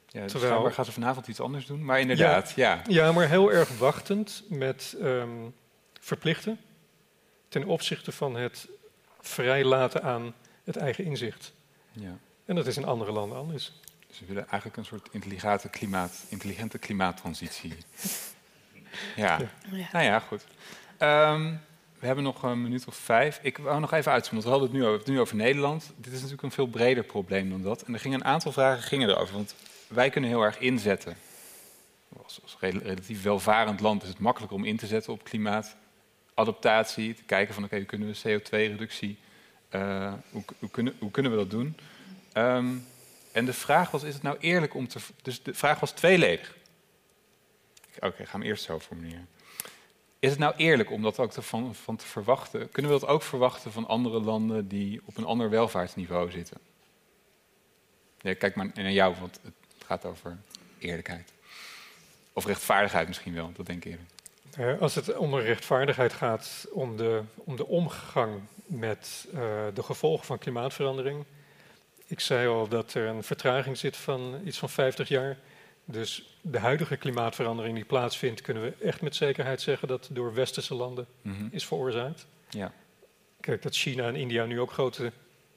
Ja, dus Terwijl- waar gaan ze vanavond iets anders doen? Maar inderdaad, ja. Ja, maar heel erg wachtend met verplichten ten opzichte van het vrijlaten aan het eigen inzicht. Ja. En dat is in andere landen anders. Dus we willen eigenlijk een soort intelligente klimaattransitie. Ja, Ja. nou ja, goed. We hebben nog een minuut of 5. Ik wou nog even uitzoomen, want we hadden het nu over Nederland. Dit is natuurlijk een veel breder probleem dan dat. En er gingen een aantal vragen erover, want wij kunnen heel erg inzetten. Als relatief welvarend land is het makkelijker om in te zetten op klimaatadaptatie. Te kijken van, oké, hoe kunnen we CO2-reductie, hoe kunnen we dat doen? En de vraag was, is het nou eerlijk om te... Dus de vraag was tweeledig. Oké, gaan we eerst zo formuleren. Is het nou eerlijk om dat ook van te verwachten? Kunnen we dat ook verwachten van andere landen die op een ander welvaartsniveau zitten? Ja, kijk maar naar jou, want het gaat over eerlijkheid. Of rechtvaardigheid misschien wel, dat denk ik eerder. Als het om rechtvaardigheid gaat, om de omgang met de gevolgen van klimaatverandering. Ik zei al dat er een vertraging zit van iets van 50 jaar. Dus de huidige klimaatverandering die plaatsvindt, kunnen we echt met zekerheid zeggen dat door westerse landen is veroorzaakt. Ja. Kijk, dat China en India nu ook grote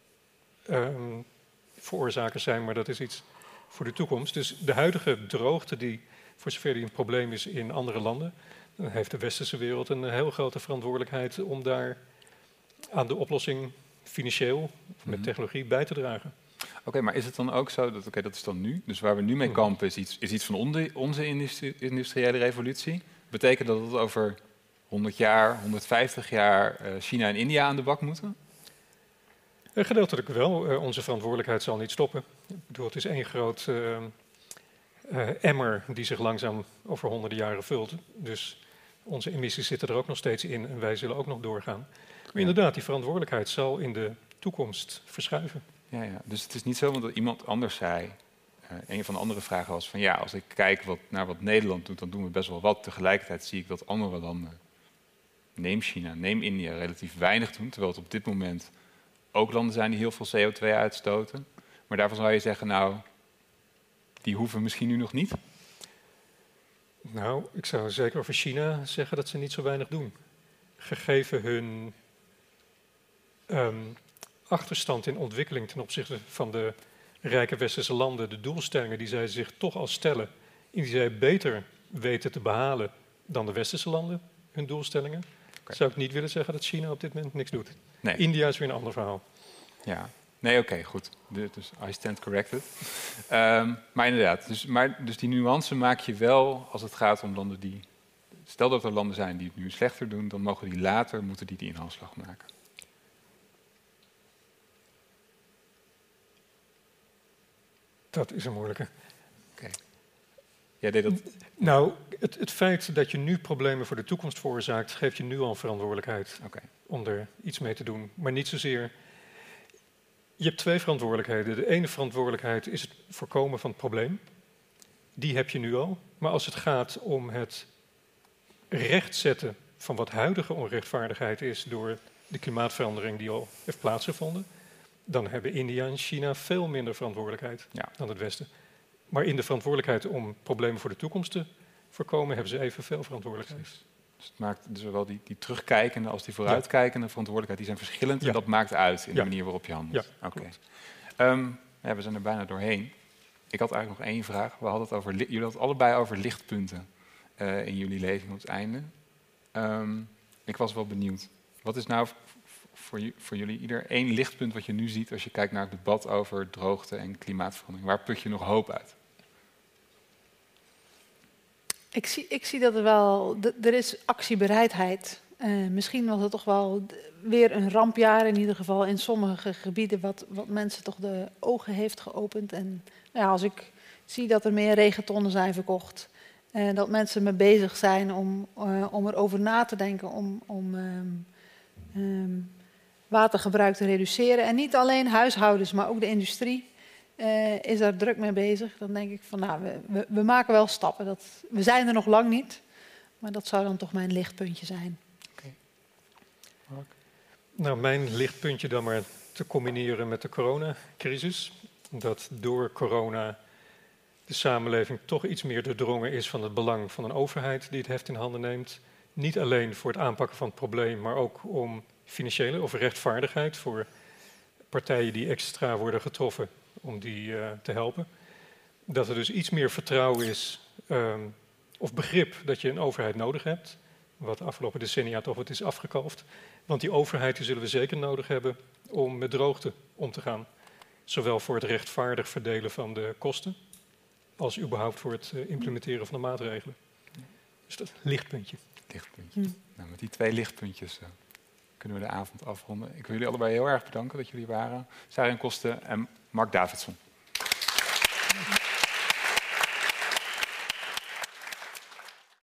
veroorzakers zijn, maar dat is iets voor de toekomst. Dus de huidige droogte, die voor zover die een probleem is in andere landen, dan heeft de westerse wereld een heel grote verantwoordelijkheid om daar aan de oplossing financieel, met technologie, bij te dragen. Oké, maar is het dan ook zo, dat is dan nu, dus waar we nu mee kampen is iets van onze industriële revolutie? Betekent dat het over 100 jaar, 150 jaar China en India aan de bak moeten? Gedeeltelijk wel. Onze verantwoordelijkheid zal niet stoppen. Ik bedoel, het is één groot emmer die zich langzaam over honderden jaren vult. Dus onze emissies zitten er ook nog steeds in en wij zullen ook nog doorgaan. Maar inderdaad, die verantwoordelijkheid zal in de toekomst verschuiven. Ja. Dus het is niet zo, want dat iemand anders zei, een van de andere vragen was van ja, als ik kijk naar wat Nederland doet, dan doen we best wel wat. Tegelijkertijd zie ik dat andere landen, neem China, neem India, relatief weinig doen. Terwijl het op dit moment ook landen zijn die heel veel CO2 uitstoten. Maar daarvan zou je zeggen, nou, die hoeven misschien nu nog niet? Nou, ik zou zeker over China zeggen dat ze niet zo weinig doen. Gegeven hun achterstand in ontwikkeling ten opzichte van de rijke westerse landen, de doelstellingen die zij zich toch al stellen, en die zij beter weten te behalen dan de westerse landen, hun doelstellingen, zou ik niet willen zeggen dat China op dit moment niks doet. Nee. India is weer een ander verhaal. Ja, nee, oké, goed. Dus I stand corrected. Maar inderdaad, dus die nuance maak je wel als het gaat om landen die... Stel dat er landen zijn die het nu slechter doen, dan moeten die inhaalslag maken. Dat is een moeilijke. Oké. Jij deed dat... Nou, het feit dat je nu problemen voor de toekomst veroorzaakt, geeft je nu al verantwoordelijkheid om er iets mee te doen. Maar niet zozeer... Je hebt twee verantwoordelijkheden. De ene verantwoordelijkheid is het voorkomen van het probleem. Die heb je nu al. Maar als het gaat om het rechtzetten van wat huidige onrechtvaardigheid is door de klimaatverandering die al heeft plaatsgevonden, dan hebben India en China veel minder verantwoordelijkheid dan het Westen. Maar in de verantwoordelijkheid om problemen voor de toekomst te voorkomen, hebben ze evenveel verantwoordelijkheid. Precies. Dus het maakt dus zowel die terugkijkende als die vooruitkijkende verantwoordelijkheid, die zijn verschillend en dat maakt uit in de manier waarop je handelt. Ja, Oké. We zijn er bijna doorheen. Ik had eigenlijk nog één vraag. Jullie hadden het allebei over lichtpunten in jullie lezing op het einde. Ik was wel benieuwd. Wat is nou voor jullie ieder één lichtpunt wat je nu ziet als je kijkt naar het debat over droogte en klimaatverandering? Waar put je nog hoop uit? Ik zie dat er is actiebereidheid. Misschien was het toch wel weer een rampjaar, in ieder geval in sommige gebieden, wat mensen toch de ogen heeft geopend. En als ik zie dat er meer regentonnen zijn verkocht, dat mensen mee bezig zijn om erover na te denken, om watergebruik te reduceren. En niet alleen huishoudens, maar ook de industrie is daar druk mee bezig. Dan denk ik van, we maken wel stappen. We zijn er nog lang niet, maar dat zou dan toch mijn lichtpuntje zijn. Okay. Nou, mijn lichtpuntje dan maar te combineren met de coronacrisis. Dat door corona de samenleving toch iets meer doordrongen is van het belang van een overheid die het heft in handen neemt. Niet alleen voor het aanpakken van het probleem, maar ook om financiële of rechtvaardigheid voor partijen die extra worden getroffen om die te helpen. Dat er dus iets meer vertrouwen is of begrip dat je een overheid nodig hebt. Wat de afgelopen decennia toch wat is afgekalfd. Want die overheid die zullen we zeker nodig hebben om met droogte om te gaan. Zowel voor het rechtvaardig verdelen van de kosten, als überhaupt voor het implementeren van de maatregelen. Dus dat lichtpuntje. Lichtpuntje. Nou, met die 2 lichtpuntjes kunnen we de avond afronden. Ik wil jullie allebei heel erg bedanken dat jullie waren. Sarah Kosten en Mark Davidson.